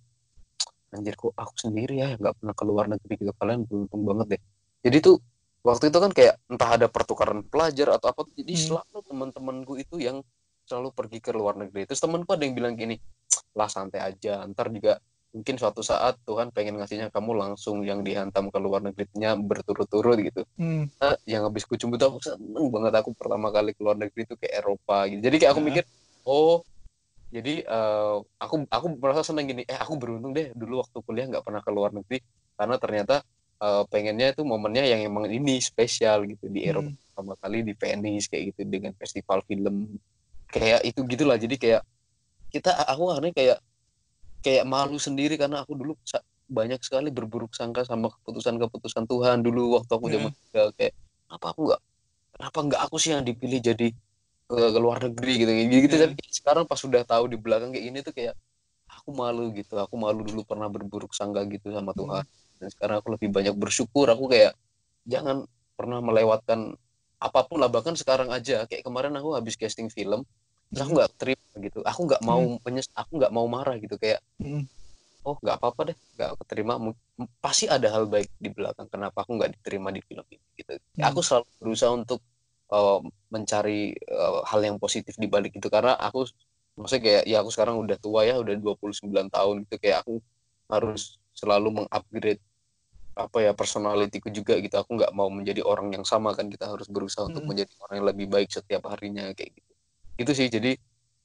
anjir kok aku sendiri ya yang nggak pernah ke luar negeri gitu, kalian beruntung banget deh. Jadi tuh waktu itu kan kayak entah ada pertukaran pelajar atau apa, jadi Hmm. selalu teman-temanku itu yang selalu pergi ke luar negeri. Terus temanku ada yang bilang gini, lah santai aja, ntar juga mungkin suatu saat Tuhan pengen ngasihnya kamu langsung yang dihantam ke luar negerinya berturut-turut gitu. Hmm. Nah, yang habis kucumbu tuh aku seneng banget, aku pertama kali ke luar negeri itu ke Eropa gitu. Jadi kayak aku Nah, mikir, oh jadi eh, aku aku merasa seneng gini, eh aku beruntung deh dulu waktu kuliah nggak pernah ke luar negeri, karena ternyata eh, pengennya itu momennya yang emang ini spesial gitu di Eropa hmm. pertama kali di Venice kayak gitu dengan festival film kayak itu gitulah. Jadi kayak kita aku akhirnya kayak kayak malu sendiri karena aku dulu sa- banyak sekali berburuk sangka sama keputusan-keputusan Tuhan dulu waktu aku zaman Nah, muda, kayak apa aku nggak kenapa nggak aku sih yang dipilih jadi ke, ke luar negeri gitu gitu, gitu. Tapi nah. sekarang pas sudah tahu di belakang kayak gini tuh kayak aku malu gitu, aku malu dulu pernah berburuk sangka gitu sama Hmm. Tuhan, dan sekarang aku lebih banyak bersyukur. Aku kayak jangan pernah melewatkan apapun lah, bahkan sekarang aja kayak kemarin aku habis casting film terus aku Hmm. nggak terima gitu, aku nggak mau Hmm. menyes aku nggak mau marah gitu, kayak Hmm. oh nggak apa-apa deh nggak keterima, M- pasti ada hal baik di belakang kenapa aku nggak diterima di film ini gitu. Hmm. Aku selalu berusaha untuk uh, mencari uh, hal yang positif di balik itu, karena aku maksudnya kayak ya aku sekarang udah tua ya, udah dua puluh sembilan tahun gitu, kayak aku harus selalu mengupgrade apa ya personalitiku juga gitu. Aku nggak mau menjadi orang yang sama kan, kita harus berusaha untuk Hmm. menjadi orang yang lebih baik setiap harinya kayak gitu. Itu sih, jadi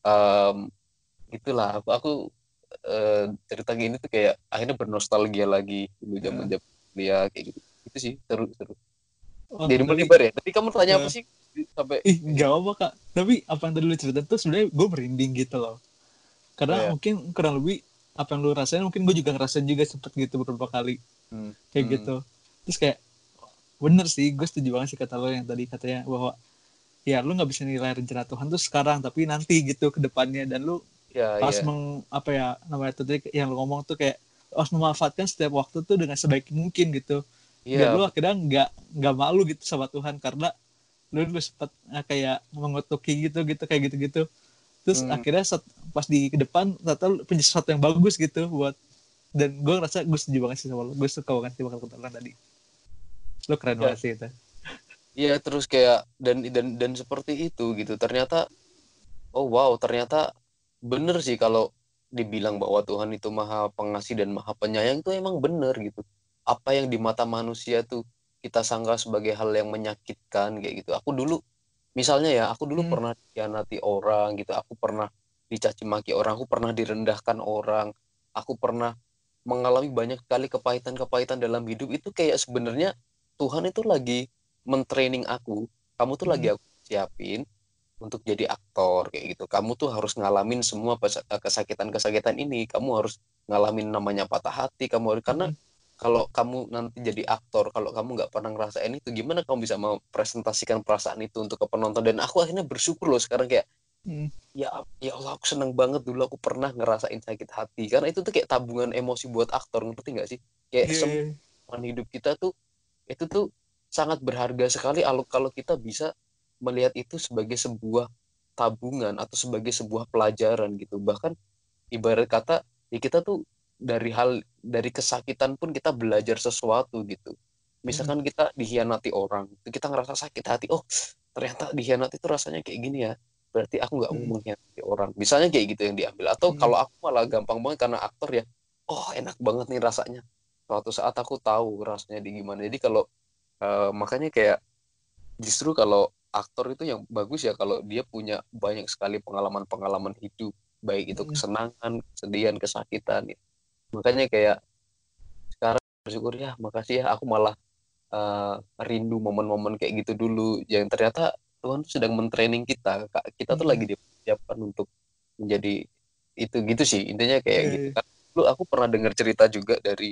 um, itulah aku aku eh, cerita gini tuh kayak akhirnya bernostalgia lagi dulu zaman Nah. zaman kuliah kayak gitu. Itu sih seru seru. Oh, Jadi tapi melebar ya. Tadi kamu tanya apa eh, sih sampai ih kayak gak gitu? apa kak. Tapi apa yang tadi lu cerita tuh sebenarnya gue merinding gitu loh. Oh Karena ya. mungkin kurang lebih apa yang lu rasain mungkin gue juga ngerasain juga sempet gitu beberapa kali Hmm. kayak Hmm. gitu. Terus kayak bener sih, gue setuju banget sih kata lo yang tadi katanya bahwa ya lu nggak bisa nilai rencana Tuhan tuh sekarang tapi nanti gitu ke depannya, dan lu Ya harus ya. meng apa ya namanya tadi yang lu ngomong tuh kayak harus memanfaatkan setiap waktu tuh dengan sebaik mungkin gitu, biar Iya lu betul. akhirnya nggak nggak malu gitu sama Tuhan karena lu dulu sempat eh, kayak mengutuki gitu gitu kayak gitu gitu, terus Hmm. akhirnya set, pas di depan ternyata lu punya sesuatu yang bagus gitu buat, dan gue ngerasa gue setuju banget sih sama lu, gue suka banget sih bakal kata tadi, lu keren Ya. banget sih itu. Iya terus kayak dan dan dan seperti itu gitu. Ternyata oh wow, ternyata bener sih kalau dibilang bahwa Tuhan itu maha pengasih dan maha penyayang itu emang bener gitu. Apa yang di mata manusia tuh kita sangka sebagai hal yang menyakitkan kayak gitu. Aku dulu, misalnya ya, aku dulu Hmm. pernah dikhianati orang gitu, aku pernah dicaci maki orang, aku pernah direndahkan orang, aku pernah mengalami banyak sekali kepahitan-kepahitan dalam hidup. Itu kayak sebenarnya Tuhan itu lagi mentraining aku. Kamu tuh lagi Hmm. aku siapin untuk jadi aktor kayak gitu. Kamu tuh harus ngalamin semua pes- eh, kesakitan-kesakitan ini. Kamu harus ngalamin namanya patah hati. Kamu harus, karena Hmm. kalau kamu nanti jadi aktor, kalau kamu nggak pernah ngerasain itu, gimana kamu bisa mempresentasikan perasaan itu untuk ke penonton? Dan aku akhirnya bersyukur loh sekarang kayak, Hmm. ya ya Allah aku seneng banget dulu aku pernah ngerasain sakit hati, karena itu tuh kayak tabungan emosi buat aktor, ngerti nggak sih? Kayak Iya, semua iya. hidup kita tuh itu tuh sangat berharga sekali kalau kalau kita bisa melihat itu sebagai sebuah tabungan atau sebagai sebuah pelajaran gitu. Bahkan ibarat kata ya kita tuh dari hal dari kesakitan pun kita belajar sesuatu gitu. Hmm. Misalkan kita dikhianati orang, itu kita ngerasa sakit hati. Oh, ternyata dikhianati itu rasanya kayak gini ya. Berarti aku nggak mau Hmm. mengkhianati orang. Misalnya kayak gitu yang diambil. Atau Hmm. kalau aku malah gampang banget karena aktor ya. Oh, enak banget nih rasanya. Suatu saat aku tahu rasanya di gimana. Jadi kalau eh, makanya kayak justru kalau aktor itu yang bagus ya kalau dia punya banyak sekali pengalaman-pengalaman hidup, baik itu Hmm. kesenangan, kesedihan, kesakitan ya. Makanya kayak sekarang bersyukur ya, makasih ya aku malah eh, rindu momen-momen kayak gitu dulu yang ternyata Tuhan tuh sedang mentraining kita. Kak. Kita tuh Hmm. lagi dipersiapkan untuk menjadi itu gitu sih. Intinya kayak Iya, gitu iya. kan. Lu aku pernah dengar cerita juga dari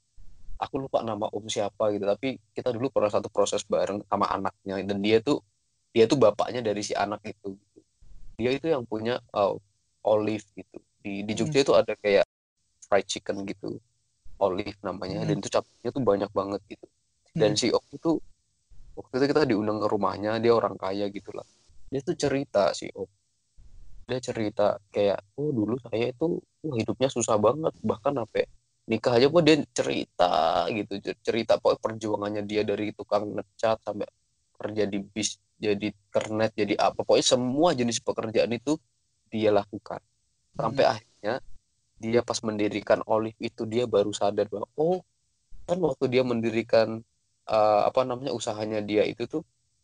aku lupa nama om siapa gitu, tapi kita dulu pernah satu proses bareng sama anaknya, dan dia tuh dia tuh bapaknya dari si anak itu. Dia itu yang punya uh, Olive gitu. Di di Hmm. Jogja itu ada kayak fried chicken gitu, Olive namanya, Hmm. dan itu cabenya tuh banyak banget gitu. Hmm. Dan si om itu Waktu itu kita diundang ke rumahnya, dia orang kaya gitu lah. Dia tuh cerita sih, oh dia cerita kayak, oh dulu saya itu wah, hidupnya susah banget, bahkan sampai nikah aja kok dia cerita gitu, cerita pokoknya perjuangannya dia dari tukang ngecat sampai kerja di bis, jadi kernet, jadi apa, pokoknya semua jenis pekerjaan itu dia lakukan. Sampai Mm-mm. akhirnya dia pas mendirikan Olive itu dia baru sadar bahwa oh kan waktu dia mendirikan uh, apa namanya usahanya dia itu tuh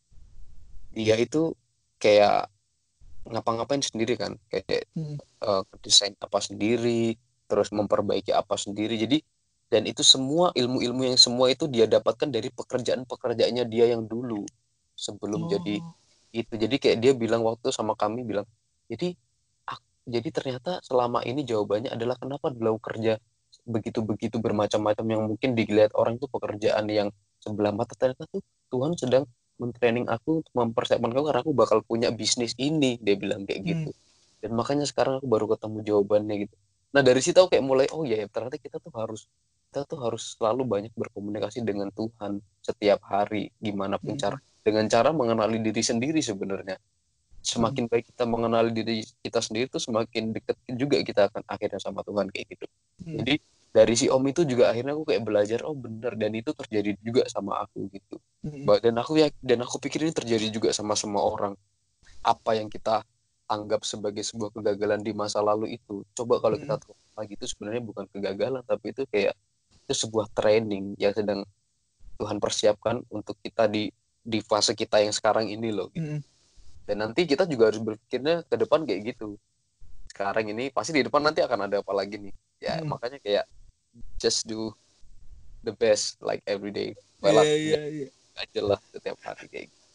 dia itu kayak ngapa-ngapain sendiri kan, kayak Mm-mm. uh, desain apa sendiri, terus memperbaiki apa sendiri. Jadi dan itu semua ilmu-ilmu yang semua itu dia dapatkan dari pekerjaan-pekerjaannya dia yang dulu sebelum jadi Oh. itu. Jadi kayak dia bilang waktu sama kami bilang, jadi ak- jadi ternyata selama ini jawabannya adalah kenapa dulu kerja begitu-begitu bermacam-macam yang mungkin dilihat orang itu pekerjaan yang sebelah mata, ternyata tuh Tuhan sedang mentraining aku untuk mempersiapkan aku karena aku bakal punya bisnis ini, dia bilang kayak Mm. gitu. Dan makanya sekarang aku baru ketemu jawabannya gitu. Nah dari situ aku kayak mulai oh ya ternyata kita tuh harus kita tuh harus selalu banyak berkomunikasi dengan Tuhan setiap hari gimana pun cara, Mm. dengan cara mengenali diri sendiri sebenarnya. Mm. Semakin baik kita mengenali diri kita sendiri tuh semakin dekat juga kita akan akhirnya sama Tuhan kayak gitu. Mm. Jadi dari si Om itu juga akhirnya aku kayak belajar oh bener, dan itu terjadi juga sama aku gitu. Mm. Ba- dan aku ya dan aku pikir ini terjadi juga sama semua orang. Apa yang kita anggap sebagai sebuah kegagalan di masa lalu itu, coba kalau kita Mm. tahu lagi itu sebenarnya bukan kegagalan, tapi itu kayak itu sebuah training yang sedang Tuhan persiapkan untuk kita di di fase kita yang sekarang ini loh gitu. Mm. Dan nanti kita juga harus berpikirnya ke depan kayak gitu. Sekarang ini pasti di depan nanti akan ada apa lagi nih. Ya Mm. makanya kayak just do the best like every day. Iya, Well lah, iya, ya iya. aja lah setiap hari kayak gitu.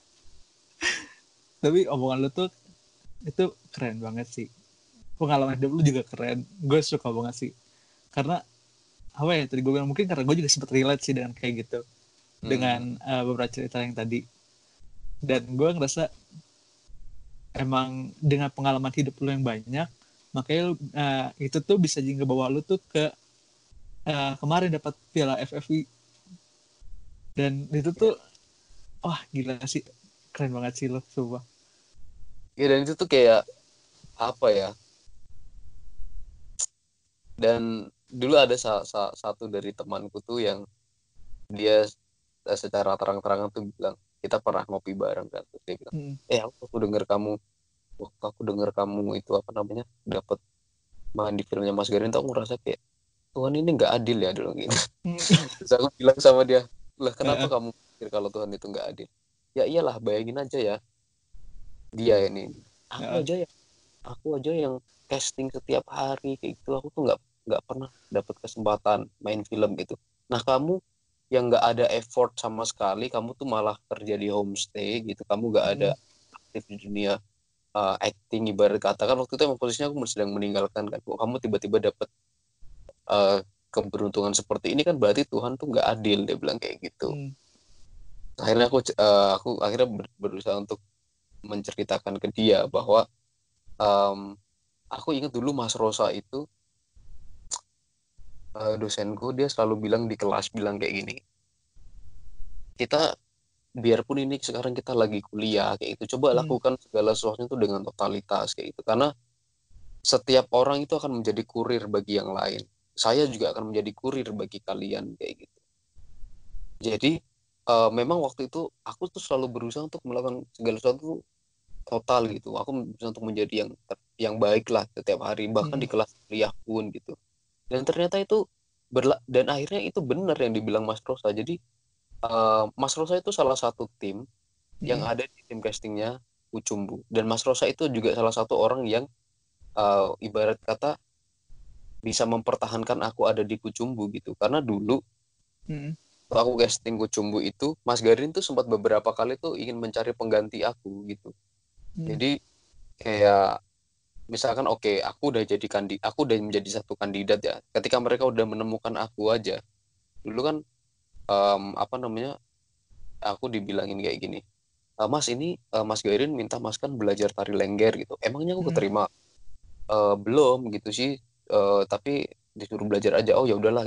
Tapi omongan lu tuh itu keren banget sih. Pengalaman hidup lu juga keren. Gue suka banget sih. Karena apa ya tadi gue bilang mungkin karena gue juga sempat relate sih dengan kayak gitu. Hmm. Dengan uh, beberapa cerita yang tadi. Dan gue ngerasa emang dengan pengalaman hidup lu yang banyak, makanya lu, uh, itu tuh bisa juga bawa lu tuh ke uh, kemarin dapat piala F F I. Dan itu Ya. tuh wah gila sih, keren banget sih lo coba. Ya, dan itu tuh kayak apa ya? Dan dulu ada sa- sa- satu dari temanku tuh yang dia eh, secara terang-terangan tuh bilang kita pernah ngopi bareng kan, terus dia bilang Hmm. eh aku, aku dengar kamu waktu aku dengar kamu itu apa namanya dapat main di filmnya Mas Garin tuh aku ngerasa kayak Tuhan ini nggak adil ya dulu gitu. Terus aku bilang sama dia, lah kenapa Uh, kamu pikir kalau Tuhan itu nggak adil? Ya iyalah, bayangin aja ya, dia ini aku uh, aja ya aku aja yang casting setiap hari kayak gitu, aku tuh nggak nggak pernah dapat kesempatan main film itu. Nah kamu yang nggak ada effort sama sekali, kamu tuh malah kerja di homestay gitu, kamu nggak ada hmm. aktif di dunia uh, acting, ibarat kata kan waktu itu emang posisinya aku sedang meninggalkan kan, kok kamu tiba-tiba dapat uh, keberuntungan seperti ini, kan berarti Tuhan tuh nggak adil, dia bilang kayak gitu. Hmm. Akhirnya aku uh, aku akhirnya ber- berusaha untuk menceritakan ke dia bahwa um, aku ingat dulu Mas Rosa itu uh, dosenku, dia selalu bilang di kelas bilang kayak gini, kita biarpun ini sekarang kita lagi kuliah kayak itu, coba Hmm. lakukan segala sesuatu itu dengan totalitas kayak itu, karena setiap orang itu akan menjadi kurir bagi yang lain, saya juga akan menjadi kurir bagi kalian kayak gitu. Jadi uh, memang waktu itu aku tuh selalu berusaha untuk melakukan segala sesuatu total gitu, aku berusaha untuk menjadi yang yang baik lah setiap hari, bahkan Hmm. di kelas kuliah pun gitu. Dan ternyata itu berla dan akhirnya itu benar yang dibilang Mas Rosa. Jadi uh, Mas Rosa itu salah satu tim yang Hmm. ada di tim castingnya Ucumbu, dan Mas Rosa itu juga salah satu orang yang uh, ibarat kata bisa mempertahankan aku ada di Kucumbu gitu, karena dulu Hmm. waktu aku casting Kucumbu itu Mas Garin tuh sempat beberapa kali tuh ingin mencari pengganti aku gitu. Hmm. Jadi kayak misalkan oke okay, aku udah jadi kandi aku udah menjadi satu kandidat ya, ketika mereka udah menemukan aku aja dulu kan, um, apa namanya aku dibilangin kayak gini, "Eh, Mas ini eh, Mas Gairin minta Mas kan belajar tari Lengger gitu, emangnya aku Hmm. keterima? "Eh, belum gitu sih, eh, tapi disuruh belajar aja." "Oh ya udahlah," gitu.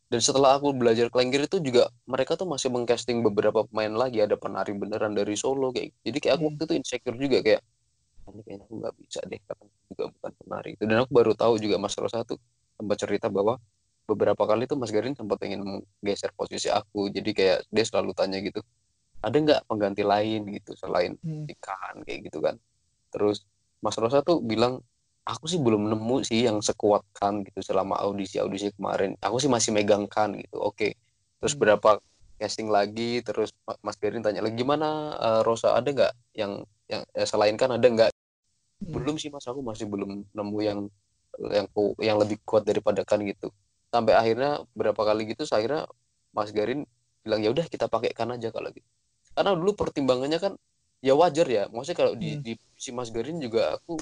Dan setelah aku belajar Kelengger itu juga mereka tuh masih mengcasting beberapa pemain lagi, ada penari beneran dari Solo kayak gitu. Jadi kayak aku Hmm. waktu itu insecure juga kayak ini kayaknya aku nggak bisa deh karena aku juga bukan penari itu. Dan aku baru tahu juga Mas Rosa tuh sempat cerita bahwa beberapa kali tuh Mas Garin sempat ingin menggeser posisi aku. Jadi kayak dia selalu tanya gitu, ada nggak pengganti lain gitu selain Hmm. Ikan kayak gitu kan. Terus Mas Rosa tuh bilang, aku sih belum nemu sih yang sekuat Kan gitu selama audisi-audisi kemarin. Aku sih masih megang Kan gitu. Oke. Terus Hmm. berapa casting lagi, terus Mas Garin tanya lagi, gimana eh, Rosa ada nggak yang yang eh, selain Kan ada nggak? Hmm. Belum sih Mas, aku masih belum nemu yang yang ku- yang lebih kuat daripada Kan gitu. Sampai akhirnya berapa kali gitu, akhirnya Mas Garin bilang ya udah kita pakai Kan aja kalau gitu. Karena dulu pertimbangannya kan ya wajar ya. Maksudnya kalau di Hmm. di si Mas Garin juga aku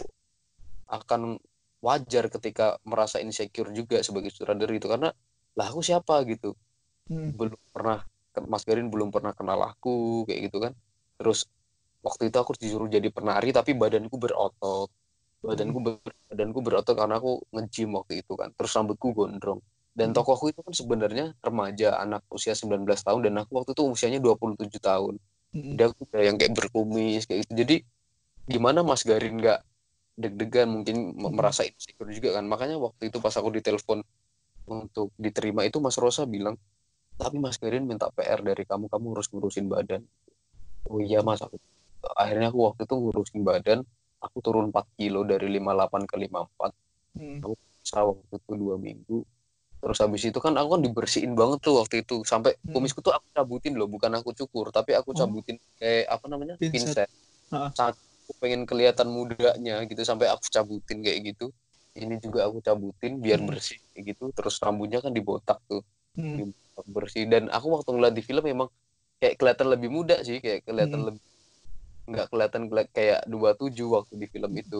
akan wajar ketika merasa insecure juga sebagai sutradara itu karena lah aku siapa gitu, Hmm. belum pernah Mas Garin belum pernah kenal aku kayak gitu kan. Terus waktu itu aku disuruh jadi penari tapi badanku berotot, Hmm. badanku ber- badanku berotot karena aku nge-gym waktu itu kan, terus rambutku gondrong. Dan Hmm. tokohku itu kan sebenarnya remaja, anak usia sembilan belas tahun, dan aku waktu itu usianya dua puluh tujuh tahun. Hmm. Jadi aku udah yang kayak berkumis kayak gitu. Jadi gimana Mas Garin nggak deg-degan, mungkin Hmm. merasa insecure juga kan. Makanya waktu itu pas aku ditelepon untuk diterima itu Mas Rosa bilang, tapi Mas Garin minta P R dari kamu, kamu harus ngurusin badan. Oh iya Mas, aku akhirnya aku waktu itu ngurusin badan, aku turun empat kilo dari lima puluh delapan ke lima puluh empat. Hmm. Aku bisa waktu itu dua minggu. Terus habis itu kan aku kan dibersihin banget tuh waktu itu, sampai Hmm. kumisku tuh aku cabutin loh, bukan aku cukur tapi aku Oh, cabutin kayak apa namanya, pinset. pinset. Ah. Saat aku pengen kelihatan mudanya gitu sampai aku cabutin kayak gitu. Ini juga aku cabutin biar Hmm. bersih kayak gitu. Terus rambutnya kan dibotak tuh, Hmm. dibotak bersih. Dan aku waktu ngeliat di film memang kayak kelihatan lebih muda sih, kayak kelihatan Hmm. lebih, nggak kelihatan keli- kayak dua puluh tujuh waktu di film itu.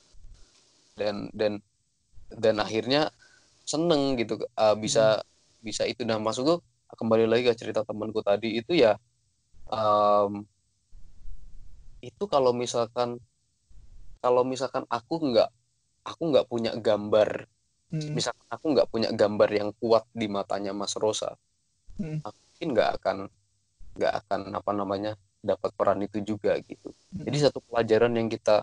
Dan dan dan akhirnya seneng gitu, uh, Hmm. bisa bisa itu. Nah maksudku kembali lagi ke cerita temanku tadi itu ya, um, itu kalau misalkan kalau misalkan aku nggak aku nggak punya gambar, Hmm. misalkan aku nggak punya gambar yang kuat di matanya Mas Rosa, Hmm. aku mungkin nggak akan nggak akan apa namanya dapat peran itu juga gitu. Jadi Hmm. satu pelajaran yang kita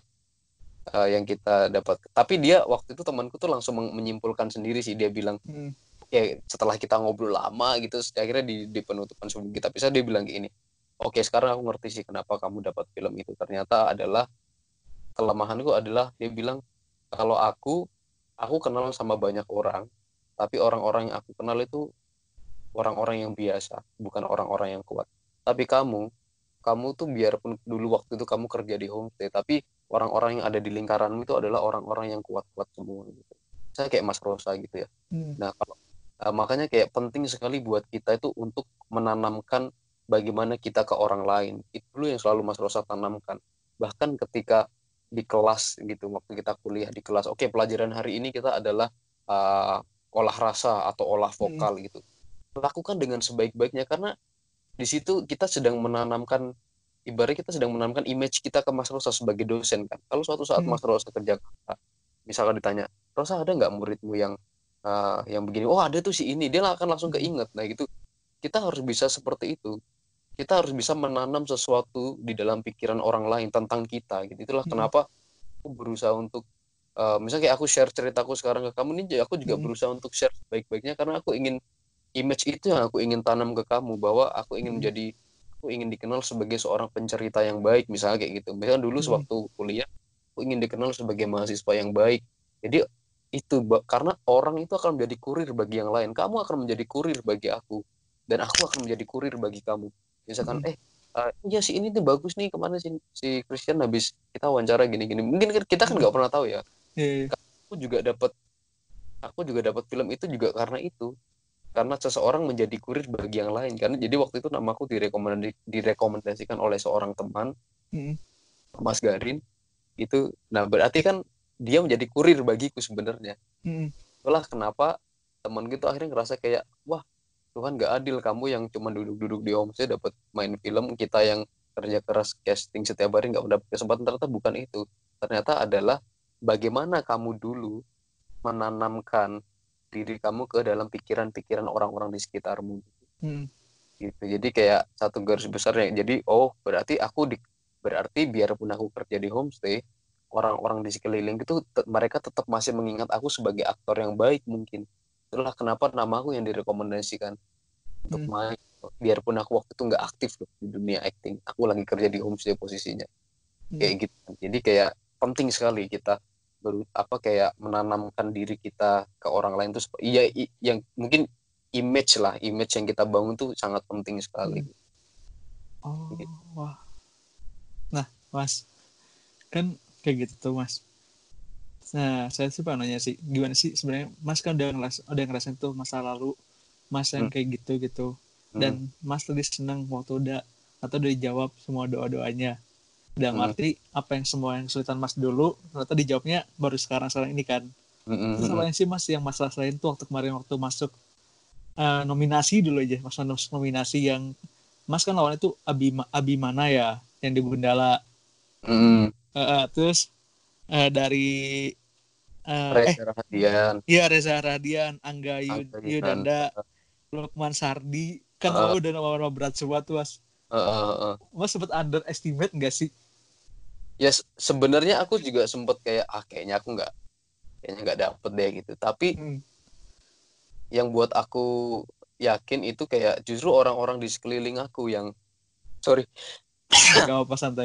uh, yang kita dapat. Tapi dia waktu itu temanku tuh langsung menyimpulkan sendiri sih, dia bilang, Hmm. ya setelah kita ngobrol lama gitu, akhirnya di, di penutupan sebelum kita pisah dia bilang kayak gini, oke sekarang aku ngerti sih kenapa kamu dapat film itu, ternyata adalah kelemahanku adalah, dia bilang, kalau aku aku kenal sama banyak orang, tapi orang-orang yang aku kenal itu orang-orang yang biasa, bukan orang-orang yang kuat. Tapi kamu kamu tuh biarpun dulu waktu itu kamu kerja di homestay, tapi orang-orang yang ada di lingkaranmu itu adalah orang-orang yang kuat-kuat semua gitu. Saya kayak Mas Rosa gitu ya. Hmm. Nah, kalau uh, makanya kayak penting sekali buat kita itu untuk menanamkan bagaimana kita ke orang lain. Itu dulu yang selalu Mas Rosa tanamkan. Bahkan ketika di kelas gitu, waktu kita kuliah di kelas, oke pelajaran hari ini kita adalah uh, olah rasa atau olah Hmm. vokal gitu. Lakukan dengan sebaik-baiknya karena di situ kita sedang menanamkan, ibaratnya kita sedang menanamkan image kita ke Mas Rosa sebagai dosen kan. Kalau suatu saat Hmm. Mas Rosa ke Jakarta, misalkan ditanya, Rosa ada nggak muridmu yang uh, yang begini? Oh ada tuh si ini, dia akan langsung Hmm. keinget. Nah gitu, kita harus bisa seperti itu. Kita harus bisa menanam sesuatu di dalam pikiran orang lain tentang kita. Gitu. Itulah Hmm. kenapa aku berusaha untuk, uh, misalnya kayak aku share ceritaku sekarang ke kamu nih, aku juga Hmm. berusaha untuk share sebaik-baiknya karena aku ingin image itu yang aku ingin tanam ke kamu, bahwa aku ingin Hmm. menjadi aku ingin dikenal sebagai seorang pencerita yang baik misalnya kayak gitu. Misalnya dulu Hmm. sewaktu kuliah aku ingin dikenal sebagai mahasiswa yang baik. Jadi itu karena orang itu akan menjadi kurir bagi yang lain. Kamu akan menjadi kurir bagi aku dan aku akan menjadi kurir bagi kamu. Misalkan Hmm. eh uh, ya si ini tuh bagus nih, kemana sih si Christian habis kita wawancara gini-gini. Mungkin kita kan Hmm. nggak pernah tahu ya. Iya. Aku juga dapat aku juga dapat film itu juga karena itu, karena seseorang menjadi kurir bagi yang lain. Karena jadi waktu itu namaku direkomendasi, direkomendasikan oleh seorang teman, Hmm. Mas Garin itu. Nah berarti kan dia menjadi kurir bagiku sebenarnya. Hmm. Itulah kenapa teman gitu akhirnya ngerasa kayak, wah Tuhan gak adil, kamu yang cuma duduk-duduk di homestay dapat main film, kita yang kerja keras casting setiap hari nggak mendapat kesempatan. Ternyata bukan itu, ternyata adalah bagaimana kamu dulu menanamkan diri kamu ke dalam pikiran-pikiran orang-orang di sekitarmu Hmm. gitu. Jadi kayak satu garis besarnya. Jadi oh berarti aku di berarti biarpun aku kerja di homestay, orang-orang di sekeliling itu te- mereka tetap masih mengingat aku sebagai aktor yang baik mungkin. Itulah kenapa nama aku yang direkomendasikan untuk Hmm. main. Biarpun aku waktu itu nggak aktif loh di dunia acting, aku lagi kerja di homestay posisinya Hmm. kayak gitu. Jadi kayak penting sekali kita baru apa kayak menanamkan diri kita ke orang lain tuh sup- iya i- yang mungkin image lah, image yang kita bangun tuh sangat penting sekali. Hmm. Oh, wah. Nah, Mas, kan kayak gitu tuh, Mas. Nah, saya sih pengen nanya sih, gimana sih sebenarnya Mas kan udah ngeras, udah ngerasain tuh masa lalu Mas yang Hmm, kayak gitu gitu. hmm, Dan Mas tadi seneng waktu udah atau udah dijawab semua doa-doanya. Dalam hmm, arti apa yang semua yang kesulitan Mas dulu ternyata dijawabnya baru sekarang-sekarang ini kan. hmm, hmm, Terus hmm, apa hmm. yang sih Mas yang Mas rasain tuh waktu kemarin waktu masuk eh, nominasi dulu aja, Mas masuk nominasi yang Mas kan lawannya tuh Abima, Abimana ya yang di Gundala. Hmm. Eh, eh, terus eh, dari eh, eh Reza Rahadian, iya Reza Radian, Angga Yu- Angga Yunanda, Yunanda, Lukman Sardi, kan uh, nama udah nama-nama berat semua tuh Mas. uh, uh, uh. Mas sempet underestimate nggak sih? Ya se- sebenarnya aku juga sempet kayak ah kayaknya aku nggak kayaknya nggak dapet deh gitu. Tapi Hmm, yang buat aku yakin itu kayak justru orang-orang di sekeliling aku yang sorry gak apa-apa santai.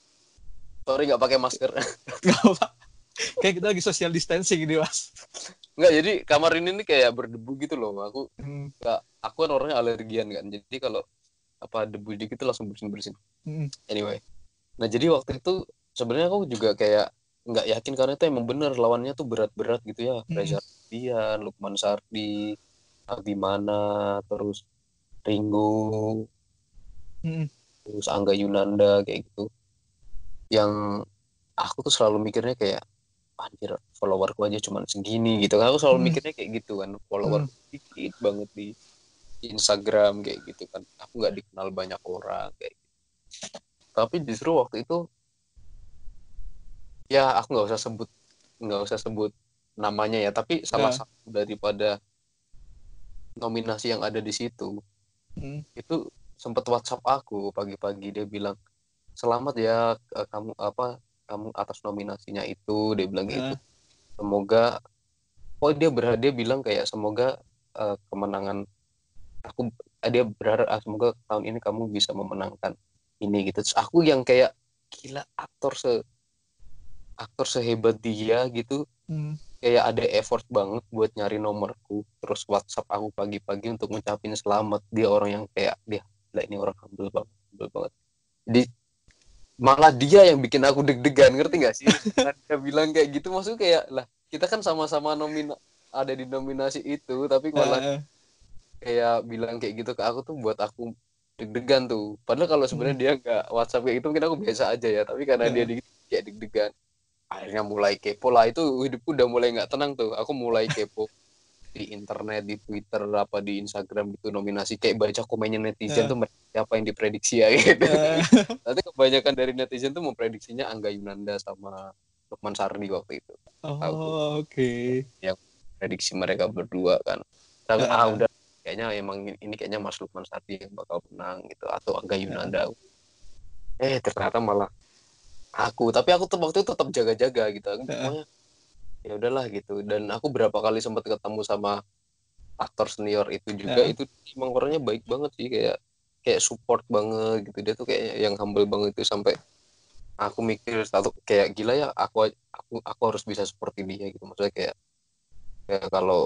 sorry nggak pakai masker. Gak apa-apa. Kayak kita lagi social distancing ini Mas. Nggak, jadi kamar ini nih kayak berdebu gitu loh. Aku Hmm, nggak, aku kan orangnya alergian kan. Jadi kalau apa debu dikit itu langsung bersin bersin. hmm, Anyway, nah jadi waktu itu sebenarnya aku juga kayak nggak yakin karena itu emang bener lawannya tuh berat-berat gitu ya. hmm, Reza Dian, Lukman Sardi, Abimana, terus Ringo, hmm, terus Angga Yunanda kayak gitu. Yang aku tuh selalu mikirnya kayak anjir followerku aja cuma segini gitu kan. Aku selalu hmm, mikirnya kayak gitu kan. hmm, Followerku dikit banget di Instagram kayak gitu kan. Aku nggak dikenal banyak orang kayak gitu. Tapi justru waktu itu ya aku nggak usah sebut nggak usah sebut namanya ya. Tapi salah ya, satu daripada nominasi yang ada di situ hmm, itu sempet WhatsApp aku pagi-pagi dia bilang selamat ya eh, kamu apa kamu atas nominasinya itu dia bilang gitu. ya, Semoga oh dia berharap dia bilang kayak semoga eh, kemenangan aku eh, dia berharap ah, semoga tahun ini kamu bisa memenangkan ini gitu. Terus aku yang kayak gila aktor se aktor sehebat dia gitu hmm, kayak ada effort banget buat nyari nomorku terus WhatsApp aku pagi-pagi untuk ngucapin selamat. Dia orang yang kayak dia gila ini orang humble banget humble banget. Jadi malah dia yang bikin aku deg-degan ngerti nggak sih? Karena dia bilang kayak gitu maksudnya kayak lah kita kan sama-sama nomina ada di nominasi itu tapi malah ya, kayak bilang kayak gitu ke aku tuh buat aku deg-degan tuh. Padahal kalau hmm, sebenarnya dia nggak WhatsApp kayak gitu mungkin aku biasa aja ya. Tapi karena dia ya, di kayak deg-degan, akhirnya mulai kepo lah. Itu hidupku udah mulai nggak tenang tuh. Aku mulai kepo di internet, di Twitter, apa di Instagram gitu nominasi kayak baca komennya netizen ya, tuh siapa yang diprediksi ya gitu. ya. Nanti kebanyakan dari netizen tuh memprediksinya Angga Yunanda sama Lukman Sardi waktu itu. Tahu Oh, oke. yang prediksi mereka berdua kan. Tapi ah Ya, udah kayaknya emang ini kayaknya Mas Lukman Sardi yang bakal menang gitu atau Angga ya, Yunanda. Eh ternyata malah aku. Tapi aku tuh waktu itu tetap jaga-jaga gitu. Aku ya, pokoknya ya udahlah gitu. Dan aku berapa kali sempat ketemu sama aktor senior itu juga ya, itu emang orangnya baik banget sih kayak kayak support banget gitu. Dia tuh kayak yang humble banget itu sampai aku mikir satu kayak gila ya aku aku aku harus bisa seperti dia gitu. Maksudnya kayak kayak kalau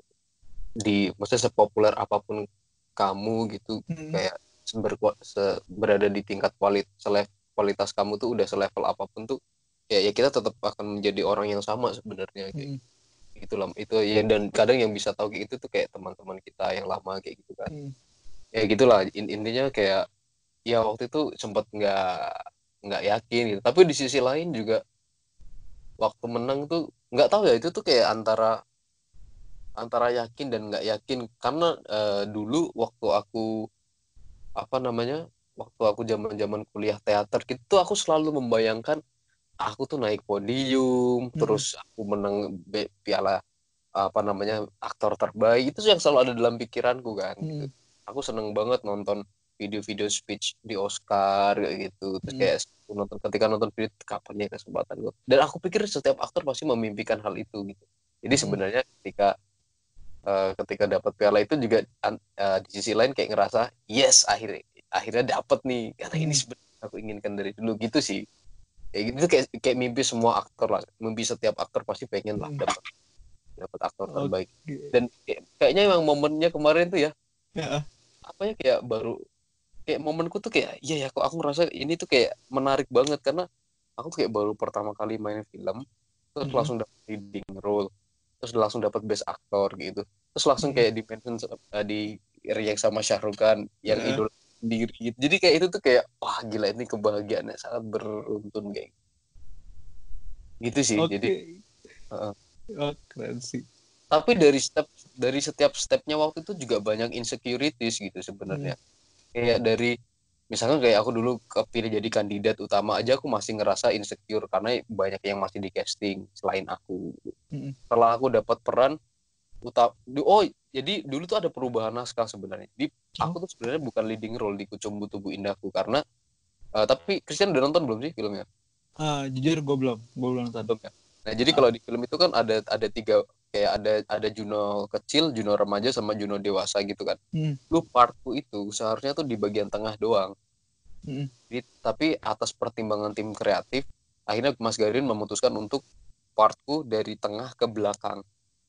di maksudnya sepopuler apapun kamu gitu hmm, kayak berkuat se, berada di tingkat kualitas kualitas kamu tuh udah selevel apapun tuh ya ya kita tetap akan menjadi orang yang sama sebenarnya kayak hmm, gitu lah itu ya dan kadang yang bisa tahu kayak gitu tuh kayak teman-teman kita yang lama kayak gitu kan hmm, ya gitulah intinya kayak ya waktu itu sempat nggak nggak yakin gitu tapi di sisi lain juga waktu menang tuh nggak tahu ya itu tuh kayak antara antara yakin dan nggak yakin karena eh, dulu waktu aku apa namanya waktu aku zaman zaman kuliah teater gitu aku selalu membayangkan aku tuh naik podium hmm, terus aku menang be- piala apa namanya aktor terbaik itu yang selalu ada dalam pikiranku kan gitu. Hmm. Aku seneng banget nonton video-video speech di Oscar kayak gitu. Terus Hmm. kayak aku nonton ketika nonton video kapan ya kesempatan gue. Dan aku pikir setiap aktor pasti memimpikan hal itu gitu. Jadi Hmm. sebenarnya ketika uh, ketika dapat piala itu juga uh, di sisi lain kayak ngerasa yes akhirnya akhirnya dapat nih karena ini Hmm. sebenarnya aku inginkan dari dulu gitu sih. Kayak gitu kayak kayak mimpi semua aktor lah. Mimpi setiap aktor pasti pengen lah Hmm. dapat dapat aktor terbaik. Oke. Dan kayak, kayaknya emang momennya kemarin tuh ya Ya. apa ya kayak baru kayak momenku tuh kayak iya ya kok aku ngerasa ini tuh kayak menarik banget karena aku kayak baru pertama kali main film terus Hmm. langsung dapat leading role terus langsung dapat best actor gitu terus langsung Hmm. kayak di mention uh, di react sama Shah Rukh Khan yang Ya. idola sendiri gitu. Jadi kayak itu tuh kayak wah gila ini kebahagiaannya sangat beruntun kayak gitu sih. Jadi Oke. uh, Oh, keren sih. tapi dari step dari setiap stepnya waktu itu juga banyak insecurities gitu Hmm. sebenarnya. Kayak dari misalkan kayak aku dulu kepilih jadi kandidat utama aja aku masih ngerasa insecure karena banyak yang masih di casting selain aku. Hmm. Setelah aku dapat peran utama, oh jadi dulu tuh ada perubahan naskah sebenarnya. Di Oh. aku tuh sebenarnya bukan leading role di Kucumbu Tubuh Indahku karena uh, tapi Christian udah nonton belum sih filmnya? Ah, jujur gue belum, gue belum nonton. Belum ya. Nah jadi Ah. kalau di film itu kan ada ada tiga kayak ada ada Juno kecil, Juno remaja sama Juno dewasa gitu kan. Hmm. Lu partku itu seharusnya tuh di bagian tengah doang. Hmm. Jadi, tapi atas pertimbangan tim kreatif, akhirnya Mas Garin memutuskan untuk partku dari tengah ke belakang.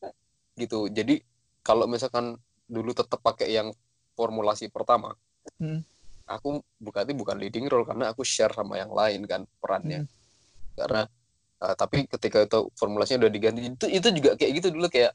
Gitu. Jadi kalau misalkan dulu tetap pakai yang formulasi pertama, Hmm. aku berarti bukan leading role karena aku share sama yang lain kan perannya. Hmm. Karena uh, tapi ketika itu formulasinya udah diganti itu itu juga kayak gitu dulu kayak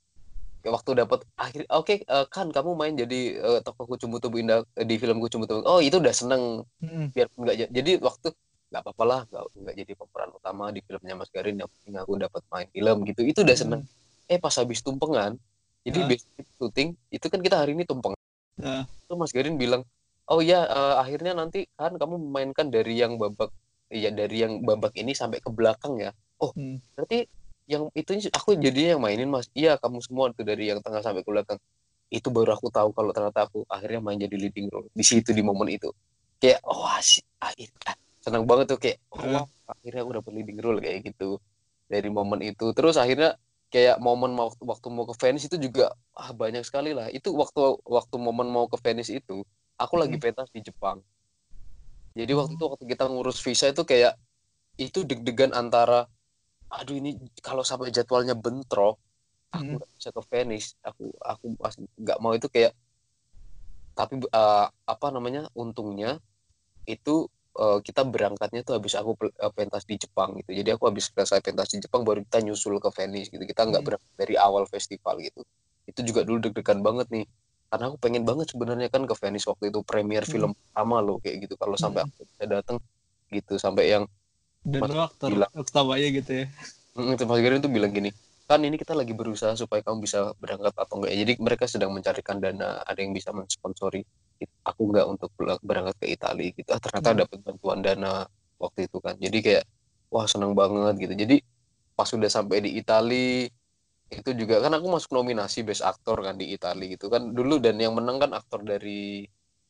waktu dapat akhir oke okay, uh, kan kamu main jadi uh, tokoh Kucumbu Tubuh Indah uh, di film Kucumbu Tubuh oh itu udah seneng Hmm. biar nggak jadi waktu nggak apa-apa lah nggak nggak jadi pemeran utama di filmnya Mas Garin yang penting aku dapat main film gitu itu udah seneng Hmm. eh pas habis tumpengan jadi Ah. basic syuting itu kan kita hari ini tumpeng Ah. itu Mas Garin bilang oh ya uh, akhirnya nanti kan kamu memainkan dari yang babak ya dari yang babak ini sampai ke belakang ya oh Hmm. berarti yang itu aku jadinya yang mainin Mas iya kamu semua tuh dari yang tengah sampai ke belakang itu baru aku tahu kalau ternyata aku akhirnya main jadi leading role di situ di momen itu kayak oh sih akhirnya senang banget tuh kayak oh Ah. wow akhirnya aku dapet leading role kayak gitu dari momen itu terus akhirnya kayak momen mau waktu mau ke Venice itu juga ah banyak sekali lah itu waktu waktu momen mau ke Venice itu aku lagi Hmm. pentas di Jepang jadi waktu itu Oh. waktu kita ngurus visa itu kayak itu deg-degan antara aduh ini kalau sampai jadwalnya bentrok aku Hmm. nggak bisa ke Venice aku aku masih nggak mau itu kayak tapi uh, apa namanya untungnya itu uh, kita berangkatnya tuh habis aku uh, pentas di Jepang gitu jadi aku habis selesai pentas di Jepang baru kita nyusul ke Venice gitu kita nggak Hmm. berangkat dari awal festival gitu itu juga dulu deg-degan banget nih karena aku pengen banget sebenarnya kan ke Venice waktu itu premier Hmm. film pertama loh kayak gitu kalau sampai Hmm. aku bisa datang gitu sampai yang Dan Mas lo aktor bilang utamanya gitu ya. mm, itu Mas Garin tuh bilang gini kan ini kita lagi berusaha supaya kamu bisa berangkat atau enggak ya jadi mereka sedang mencarikan dana ada yang bisa mensponsori aku enggak untuk berangkat ke Italia gitu ah, ternyata Hmm. dapat bantuan dana waktu itu kan jadi kayak wah seneng banget gitu jadi pas udah sampai di Italia itu juga kan aku masuk nominasi Best Actor kan di Italia gitu kan dulu dan yang menang kan aktor dari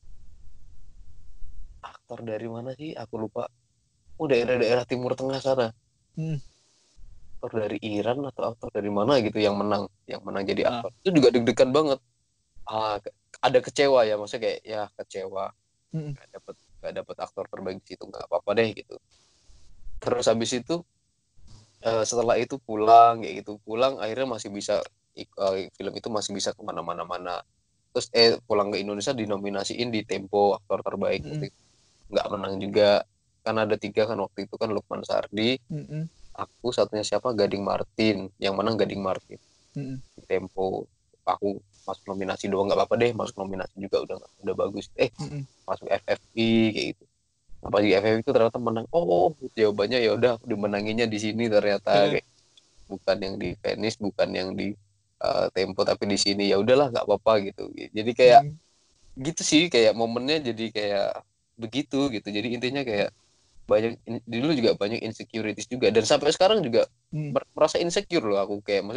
aktor dari mana sih aku lupa oh daerah-daerah Timur Tengah sana Hmm. aktor dari Iran atau aktor dari mana gitu yang menang yang menang jadi Ah. aktor itu juga deg-degan banget ah, ada kecewa ya maksudnya kayak ya kecewa Hmm. nggak dapet nggak dapet aktor terbaik di situ nggak apa-apa deh gitu terus habis itu uh, setelah itu pulang kayak gitu pulang akhirnya masih bisa uh, film itu masih bisa kemana-mana mana terus eh pulang ke Indonesia dinominasiin di Tempo aktor terbaik Hmm. waktu itu nggak menang juga kan ada tiga kan waktu itu kan Lukman Sardi Hmm. aku satunya siapa Gading Martin yang menang Gading Martin Hmm. di Tempo aku masuk nominasi doang nggak apa-apa deh masuk nominasi juga udah udah bagus eh Hmm. masuk F F I kayak gitu apa di F F I itu ternyata menang oh jawabannya ya udah aku dimenanginnya di sini ternyata Eh. kayak bukan yang di Venice bukan yang di uh, Tempo tapi di sini ya udahlah nggak apa-apa gitu jadi kayak Hmm. gitu sih kayak momennya jadi kayak begitu gitu jadi intinya kayak banyak dulu juga banyak insecurities juga dan sampai sekarang juga Hmm. merasa insecure loh aku kayak maksudnya Oh.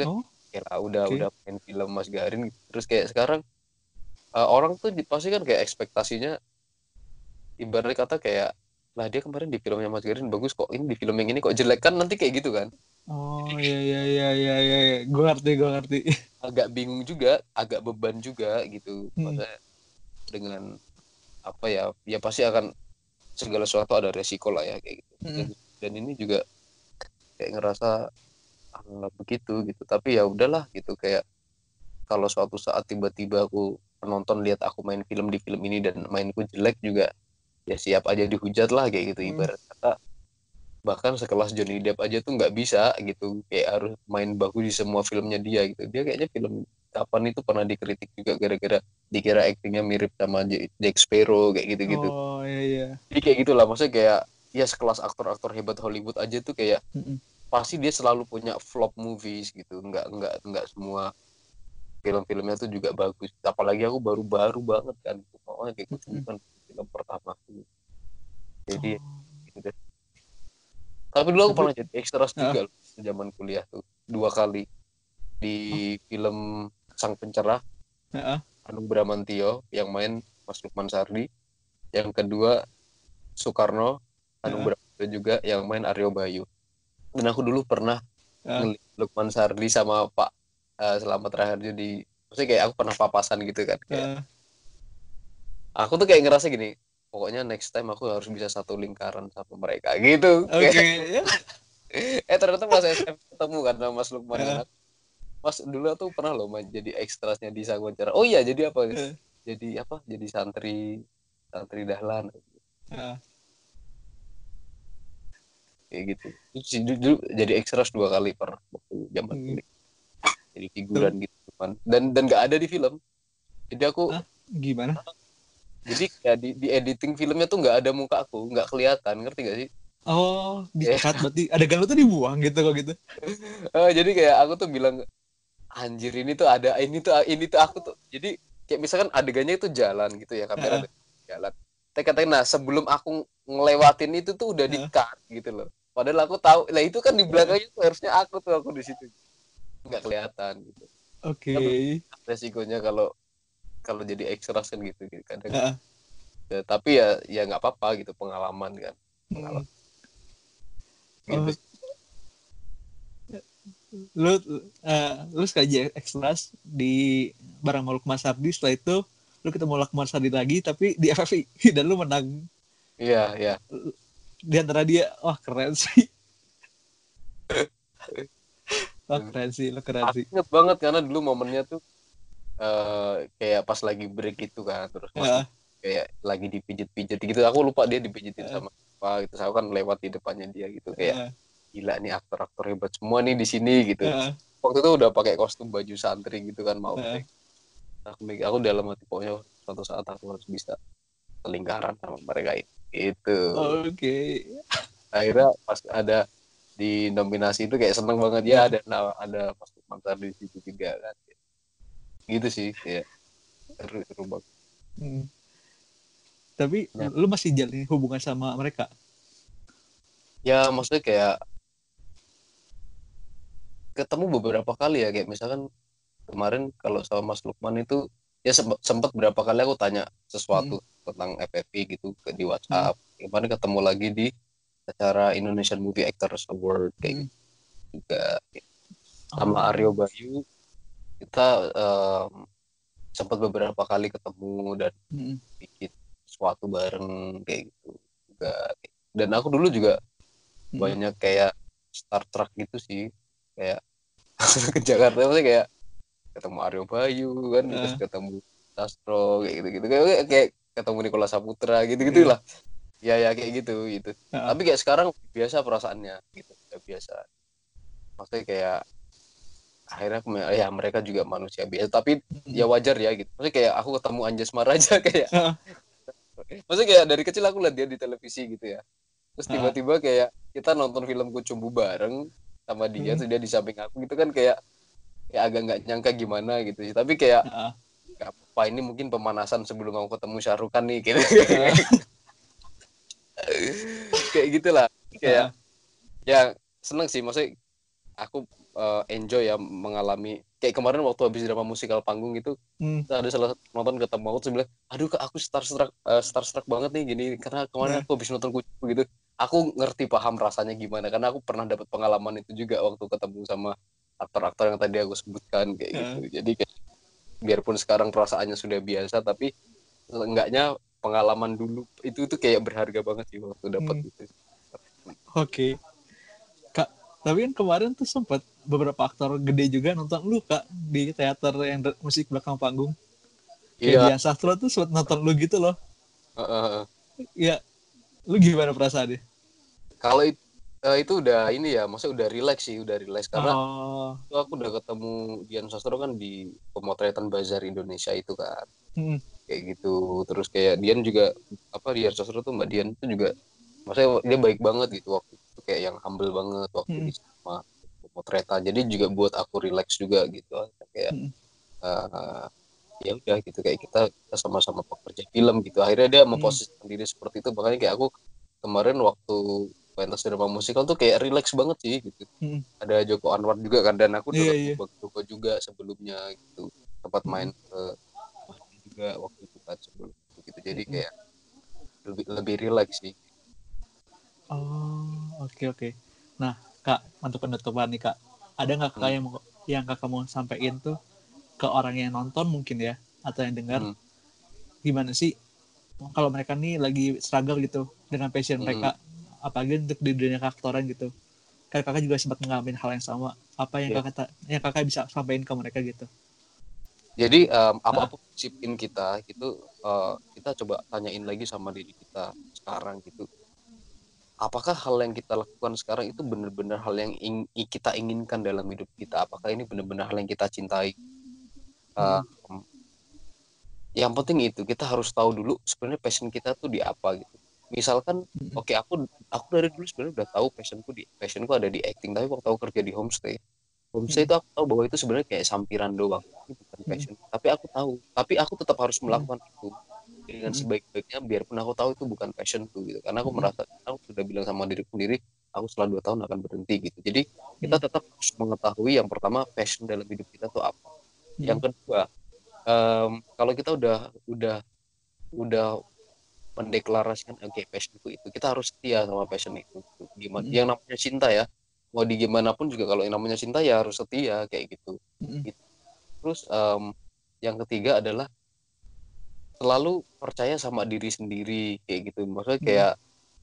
ya lah, udah Oke. udah main film Mas Garin gitu. Terus kayak sekarang uh, orang tuh di- pasti kan kayak ekspektasinya ibarat kata kayak lah dia kemarin di filmnya Mas Garin bagus kok ini di film yang ini kok jelek kan nanti kayak gitu kan. Oh iya iya iya iya iya, iya. Gue ngerti gue ngerti. Agak bingung juga, agak beban juga gitu. Hmm, Maksudnya dengan apa ya, ya pasti akan segala sesuatu ada resiko lah ya kayak gitu. Dan, hmm, dan ini juga kayak ngerasa ah, begitu gitu. Tapi ya udahlah gitu kayak kalau suatu saat tiba-tiba aku penonton lihat aku main film di film ini dan mainku jelek juga ya siap aja dihujat lah kayak gitu hmm. ibarat kata bahkan sekelas Johnny Depp aja tuh nggak bisa gitu kayak harus main bagus di semua filmnya dia gitu dia kayaknya film kapan itu pernah dikritik juga gara-gara dikira aktingnya mirip sama J- Jack Sparrow kayak gitu-gitu Oh iya iya. jadi kayak gitulah maksudnya kayak ya sekelas aktor-aktor hebat Hollywood aja tuh kayak Hmm, pasti dia selalu punya flop movies gitu nggak nggak nggak semua film-filmnya tuh juga bagus apalagi aku baru-baru banget kan pokoknya kayak gitu hmm. bukan film pertama jadi Oh. gitu deh. Tapi dulu aku Tapi pernah jadi ekstras ah, juga loh, zaman kuliah tuh dua kali di oh, film Sang Pencerah ah, Hanung Bramantio yang main Mas Lukman Sardi, yang kedua Soekarno Hanung ah, Bramantio juga yang main Aryo Bayu. Dan aku dulu pernah ah, ngeliat Lukman Sardi sama Pak uh, Selamat Raharjo di, maksudnya kayak aku pernah papasan gitu kan, kayak ah. aku tuh kayak ngerasa gini, pokoknya next time aku harus bisa satu lingkaran sama mereka gitu, Oke kayak ya. eh ternyata pas S M ketemu kan sama Mas Lukman kan Ah, Mas dulu tuh pernah loh main jadi ekstrasnya di Sang Wawancara. Oh iya, jadi apa? ah, Jadi apa? Jadi santri santri dahlan ah. kayak gitu. Terus dulu, dulu jadi ekstras dua kali pernah waktu zaman Hmm. kuliah. Jadi Tuh. figuran gitu kan. Dan dan nggak ada di film. Jadi aku Ah, gimana? jadi ya di, di editing filmnya tuh nggak ada muka aku, nggak kelihatan, ngerti gak sih? Oh, Kayak, di-cut berarti adegan lu tuh dibuang gitu kok gitu. eh, jadi kayak aku tuh bilang anjir ini tuh ada ini tuh ini tuh aku tuh. Jadi kayak misalkan adegannya itu jalan gitu ya kamera Ah, ada jalan. Tapi katanya nah sebelum aku ngelewatin itu tuh udah di ah, cut gitu loh. Padahal aku tahu lah itu kan di ah. belakangnya tuh harusnya aku tuh aku di situ nggak kelihatan gitu. Oke. Kan resikonya kalau kalau jadi ekstras kan gitu, gitu. Kadang Ah, ya, tapi ya ya nggak apa-apa gitu pengalaman kan hmm. pengalaman gitu. Oh, lu eh, lu sekali jadi ekstras di barang Maluk Mas Sardi, setelah itu lu ketemu Lakmar Sardi lagi tapi di F F I dan lu menang Iya iya. di antara dia. Wah keren sih. Wah keren sih, lu keren Aku sih. inget banget karena dulu momennya tuh eh kayak pas lagi break itu kan terus Mas Lu Ah, kayak lagi dipijit-pijit gitu aku lupa dia dipijitin ah, sama apa gitu saya kan lewat di depannya dia gitu kayak ah, gila nih aktor-aktor hebat semua nih di sini gitu ah, waktu itu udah pakai kostum baju santri gitu kan mau ah. break aku mikir aku dalam hati pokoknya suatu saat aku harus bisa selingkaran sama mereka itu itu Oke. akhirnya pas ada di nominasi itu kayak seneng banget ya Ah, ada ada Mas Lukman Sardi di situ juga kan gitu sih kayak seru, seru banget. hmm. Tapi Ya, lu masih jalin hubungan sama mereka? ya maksudnya kayak ketemu beberapa kali ya kayak misalkan kemarin kalau sama Mas Lukman itu ya sempat sempat berapa kali aku tanya Hmm, sesuatu tentang F F I gitu ke di hmm, WhatsApp kemarin ketemu lagi di acara Indonesian Movie Actors Award kayak hmm. gitu juga sama Oh. Aryo Bayu kita em, sempat beberapa kali ketemu dan Hmm, bikin sesuatu bareng kayak gitu juga dan aku dulu juga hmm, banyak kayak Star Trek gitu sih kayak ke Jakarta maksudnya kayak ketemu Aryo Bayu kan terus ah, ketemu Sastro kayak gitu gitu kayak, kayak ketemu Nicholas Saputra gitu iya. gitulah ya ya kayak gitu gitu Ah, tapi kayak sekarang biasa perasaannya gitu udah biasa maksudnya kayak akhirnya ya mereka juga manusia biasa tapi hmm, ya wajar ya gitu maksudnya kayak aku ketemu Anjas Maraja kayak ah, maksudnya kayak dari kecil aku lihat dia di televisi gitu ya terus ah, tiba-tiba kayak kita nonton film Kucumbu bareng sama dia hmm, terus dia di samping aku gitu kan kayak ya agak nggak nyangka gimana gitu sih tapi kayak ah, gak apa ini mungkin pemanasan sebelum aku ketemu Syahrukh Khan nih gitu ah, kayak gitulah kayak ah, ya seneng sih maksudnya aku uh, enjoy ya mengalami kayak kemarin waktu habis drama musikal panggung itu, Hmm. ada salah satu nonton ketemu aku terus bilang, aduh kak aku starstruck uh, starstruck banget nih gini karena kemarin Nah. aku habis nonton Kucu gitu. Aku ngerti paham rasanya gimana karena aku pernah dapat pengalaman itu juga waktu ketemu sama aktor-aktor yang tadi aku sebutkan kayak gitu. Uh. Jadi kayak, biarpun sekarang perasaannya sudah biasa tapi seenggaknya pengalaman dulu itu itu kayak berharga banget sih waktu dapat Hmm. itu. Oke. Okay. Kak, tapi kan kemarin tuh sempat beberapa aktor gede juga nonton lu Kak di teater yang de- musik belakang panggung. Kayak Iya. Dian Sastro tuh sempat nonton lu gitu loh. Uh, uh, uh. Ya, lu gimana perasaannya? Kalau itu, uh, itu udah ini ya, maksudnya udah relax sih, udah relax karena Oh. itu aku udah ketemu Dian Sastro kan di pemotretan Bazar Indonesia itu kan. Hmm. Kayak gitu. Terus kayak Dian juga apa Dian Sastro tuh Mbak Dian itu juga maksudnya dia baik banget gitu waktu itu kayak yang humble banget waktu Hmm. di sama pemotretan. Jadi juga buat aku relax juga gitu. Kayak Hmm. uh, ya udah gitu kayak kita, kita sama-sama pekerja film gitu. Akhirnya dia Hmm. memposisikan diri seperti itu. Makanya kayak aku kemarin waktu pentas drama musikal tuh kayak relax banget sih gitu. Hmm. Ada Joko Anwar juga kan dan aku udah Iya, ketemu iya. Bang Joko juga sebelumnya gitu. Sempat Hmm. main ke Malang juga waktu itu kan sebelum itu gitu. Jadi Hmm. kayak lebih lebih relax sih. Oh, oke okay, oke. Okay. Nah, Kak, untuk penutupan nih Kak, ada nggak Kak Hmm. yang mau yang Kakak mau sampaikan tuh ke orang yang nonton mungkin ya atau yang dengar, Hmm. gimana sih kalau mereka nih lagi struggle gitu dengan passion Hmm. mereka, apalagi untuk di dunia keaktoran gitu. Kan Kakak juga sempat ngalamin hal yang sama. Apa yang Ya. Kakak yang Kakak bisa sampaikan ke mereka gitu? Jadi um, Nah. apapun disiplin kita gitu, uh, kita coba tanyain lagi sama diri kita sekarang gitu. Apakah hal yang kita lakukan sekarang itu benar-benar hal yang ing- kita inginkan dalam hidup kita? Apakah ini benar-benar hal yang kita cintai? Uh, Hmm. yang penting itu kita harus tahu dulu sebenarnya passion kita tuh di apa gitu. Misalkan, Hmm. oke okay, aku aku dari dulu sebenarnya udah tahu passionku di passionku ada di acting, tapi waktu aku kerja di homestay, homestay Hmm. itu aku tahu bahwa itu sebenarnya kayak sampiran doang, ini bukan Hmm. passion. Tapi aku tahu, tapi aku tetap harus Hmm. melakukan itu dengan Hmm. sebaik-baiknya, biarpun aku tahu itu bukan passionku gitu. Karena aku Hmm. merasa, aku sudah bilang sama diriku sendiri, aku setelah dua tahun akan berhenti gitu. Jadi Hmm. kita tetap harus mengetahui yang pertama passion dalam hidup kita tuh apa. Hmm. Yang kedua, um, kalau kita udah udah udah mendeklarasikan oke okay, passionku itu, kita harus setia sama passion itu. Gimana? Hmm. Yang namanya cinta ya, mau di gimana pun juga kalau yang namanya cinta ya harus setia kayak gitu. Hmm. Gitu. Terus um, yang ketiga adalah selalu percaya sama diri sendiri kayak gitu. Maksudnya Hmm. kayak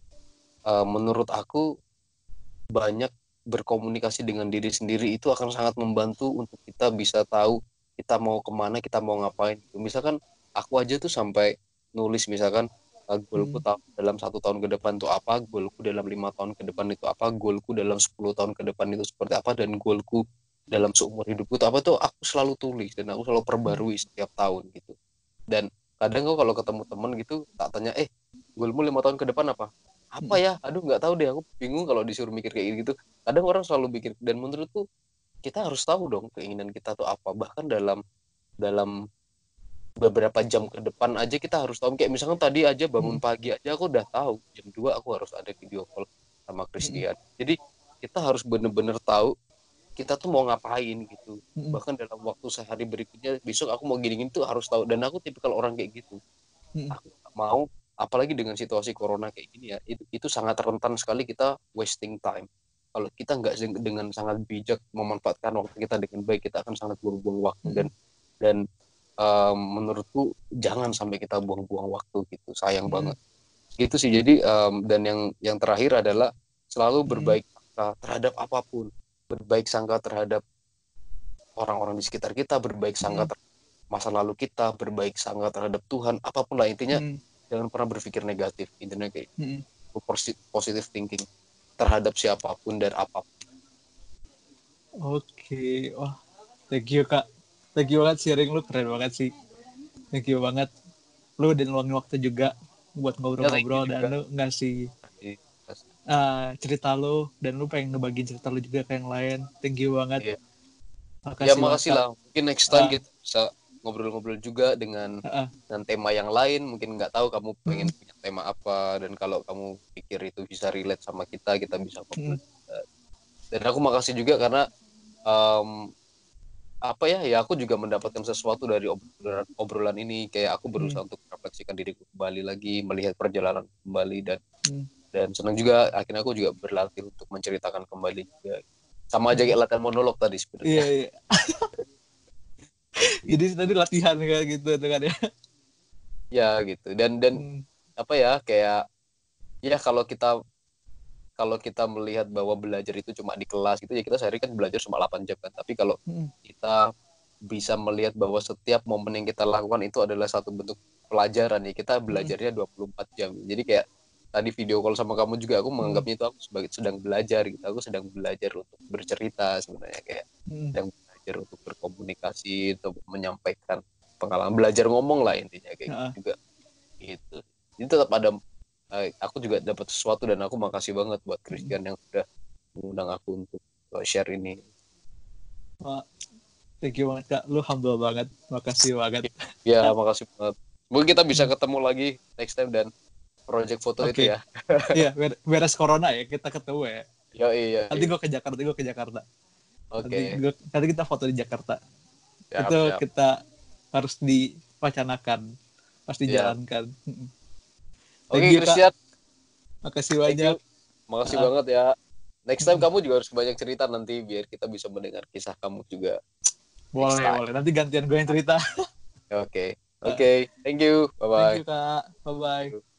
uh, menurut aku banyak berkomunikasi dengan diri sendiri itu akan sangat membantu untuk kita bisa tahu kita mau kemana, kita mau ngapain. Misalkan aku aja tuh sampai nulis misalkan uh, goalku Hmm. ta- dalam satu tahun ke depan itu apa, goalku dalam lima tahun ke depan itu apa, goalku dalam sepuluh tahun ke depan itu seperti apa, dan goalku dalam seumur hidupku itu apa tuh aku selalu tulis dan aku selalu Hmm. perbarui setiap tahun gitu. Dan kadang kok kalau ketemu temen gitu tak tanya, eh goalmu lima tahun ke depan apa? Apa Hmm. ya? Aduh nggak tahu deh, aku bingung kalau disuruh mikir kayak gitu. Kadang orang selalu mikir, dan menurutku kita harus tahu dong keinginan kita tuh apa. Bahkan dalam dalam beberapa jam ke depan aja kita harus tahu. Kayak misalkan tadi aja Hmm. bangun pagi aja aku udah tahu jam dua aku harus ada video call sama Hmm. Christian. Jadi kita harus bener-bener tahu kita tuh mau ngapain gitu. Hmm. Bahkan dalam waktu sehari berikutnya, besok aku mau gini-gini tuh harus tahu. Dan aku tipikal orang kayak gitu. Hmm. Aku nggak mau, apalagi dengan situasi corona kayak gini ya, itu, itu sangat rentan sekali kita wasting time. Kalau kita nggak dengan sangat bijak memanfaatkan waktu kita dengan baik, kita akan sangat buang-buang waktu. Dan Hmm. dan um, menurutku jangan sampai kita buang-buang waktu gitu, sayang Hmm. banget gitu sih. Jadi um, dan yang yang terakhir adalah selalu Hmm. berbaik sangka terhadap apapun, berbaik sangka terhadap orang-orang di sekitar kita, berbaik sangka Hmm. terhadap masa lalu kita, berbaik sangka terhadap Tuhan, apapun lah intinya. Hmm. Jangan pernah berpikir negatif, intinya kayak Hmm. positive thinking terhadap siapapun dan apapun. Oke, wah, thank you Kak. Thank you banget sharing lu, keren banget sih. Thank you banget. Lu udah ngeluangin waktu juga buat Ya, thank you ngobrol-ngobrol dan juga. lu ngasih uh, cerita lu dan lu pengen ngebagiin cerita lu juga ke yang lain. Thank you banget. Iya. Ya Makasih banget makasih Kak. lah. Mungkin next time Uh, kita bisa ngobrol-ngobrol juga dengan uh, uh. dengan tema yang lain. Mungkin nggak tahu kamu pengen Hmm. punya tema apa, dan kalau kamu pikir itu bisa relate sama kita, kita bisa Hmm. ngobrol. Dan aku makasih juga karena um, apa ya ya aku juga mendapatkan sesuatu dari obrolan, obrolan ini, kayak aku Hmm. berusaha untuk merefleksikan diriku kembali lagi, melihat perjalanan kembali, dan Hmm. dan senang juga akhirnya aku juga berlatih untuk menceritakan kembali juga, sama aja kayak latihan monolog tadi Iya, sebenarnya. iya. Jadi tadi latihan kayak gitu tuh kan ya. Ya gitu, dan dan Hmm. apa ya kayak ya kalau kita kalau kita melihat bahwa belajar itu cuma di kelas gitu ya, kita sehari kan belajar cuma delapan jam kan, tapi kalau Hmm. kita bisa melihat bahwa setiap momen yang kita lakukan itu adalah satu bentuk pelajaran ya, kita Hmm. belajarnya dua puluh empat jam, jadi kayak tadi video call sama kamu juga aku Hmm. menganggapnya itu aku sebagai sedang belajar gitu, aku sedang belajar untuk bercerita sebenarnya, kayak Hmm. sedang belajar untuk berkomunikasi, untuk menyampaikan pengalaman, belajar ngomong lah intinya kayak gitu Heeh. juga gitu. Jadi tetap ada, eh, aku juga dapat sesuatu, dan aku makasih banget buat Hmm. Christian yang sudah mengundang aku untuk eh, share ini. Wah, thank you banget Kak. Lu humble banget. Makasih banget. Ya, makasih banget. Mungkin kita bisa Hmm. ketemu lagi next time, dan project foto itu Oke. ya. Iya, ber- beres corona ya kita ketemu ya. Yo, iya, Nanti iya. gue ke Jakarta, gue ke Jakarta. Nanti Oke. gue, nanti kita foto di Jakarta. Siap, Itu siap. kita harus diwacanakan, harus Siap. dijalankan. Thank Oke, you Kak. Christian. Makasih Thank banyak. you. Makasih Ah, banget ya. Next time mm, kamu juga harus banyak cerita nanti, biar kita bisa mendengar kisah kamu juga next boleh, time. boleh. Nanti gantian gue yang cerita. Oke. Ah, Oke. Thank you. thank you Bye-bye. Kak. Bye-bye.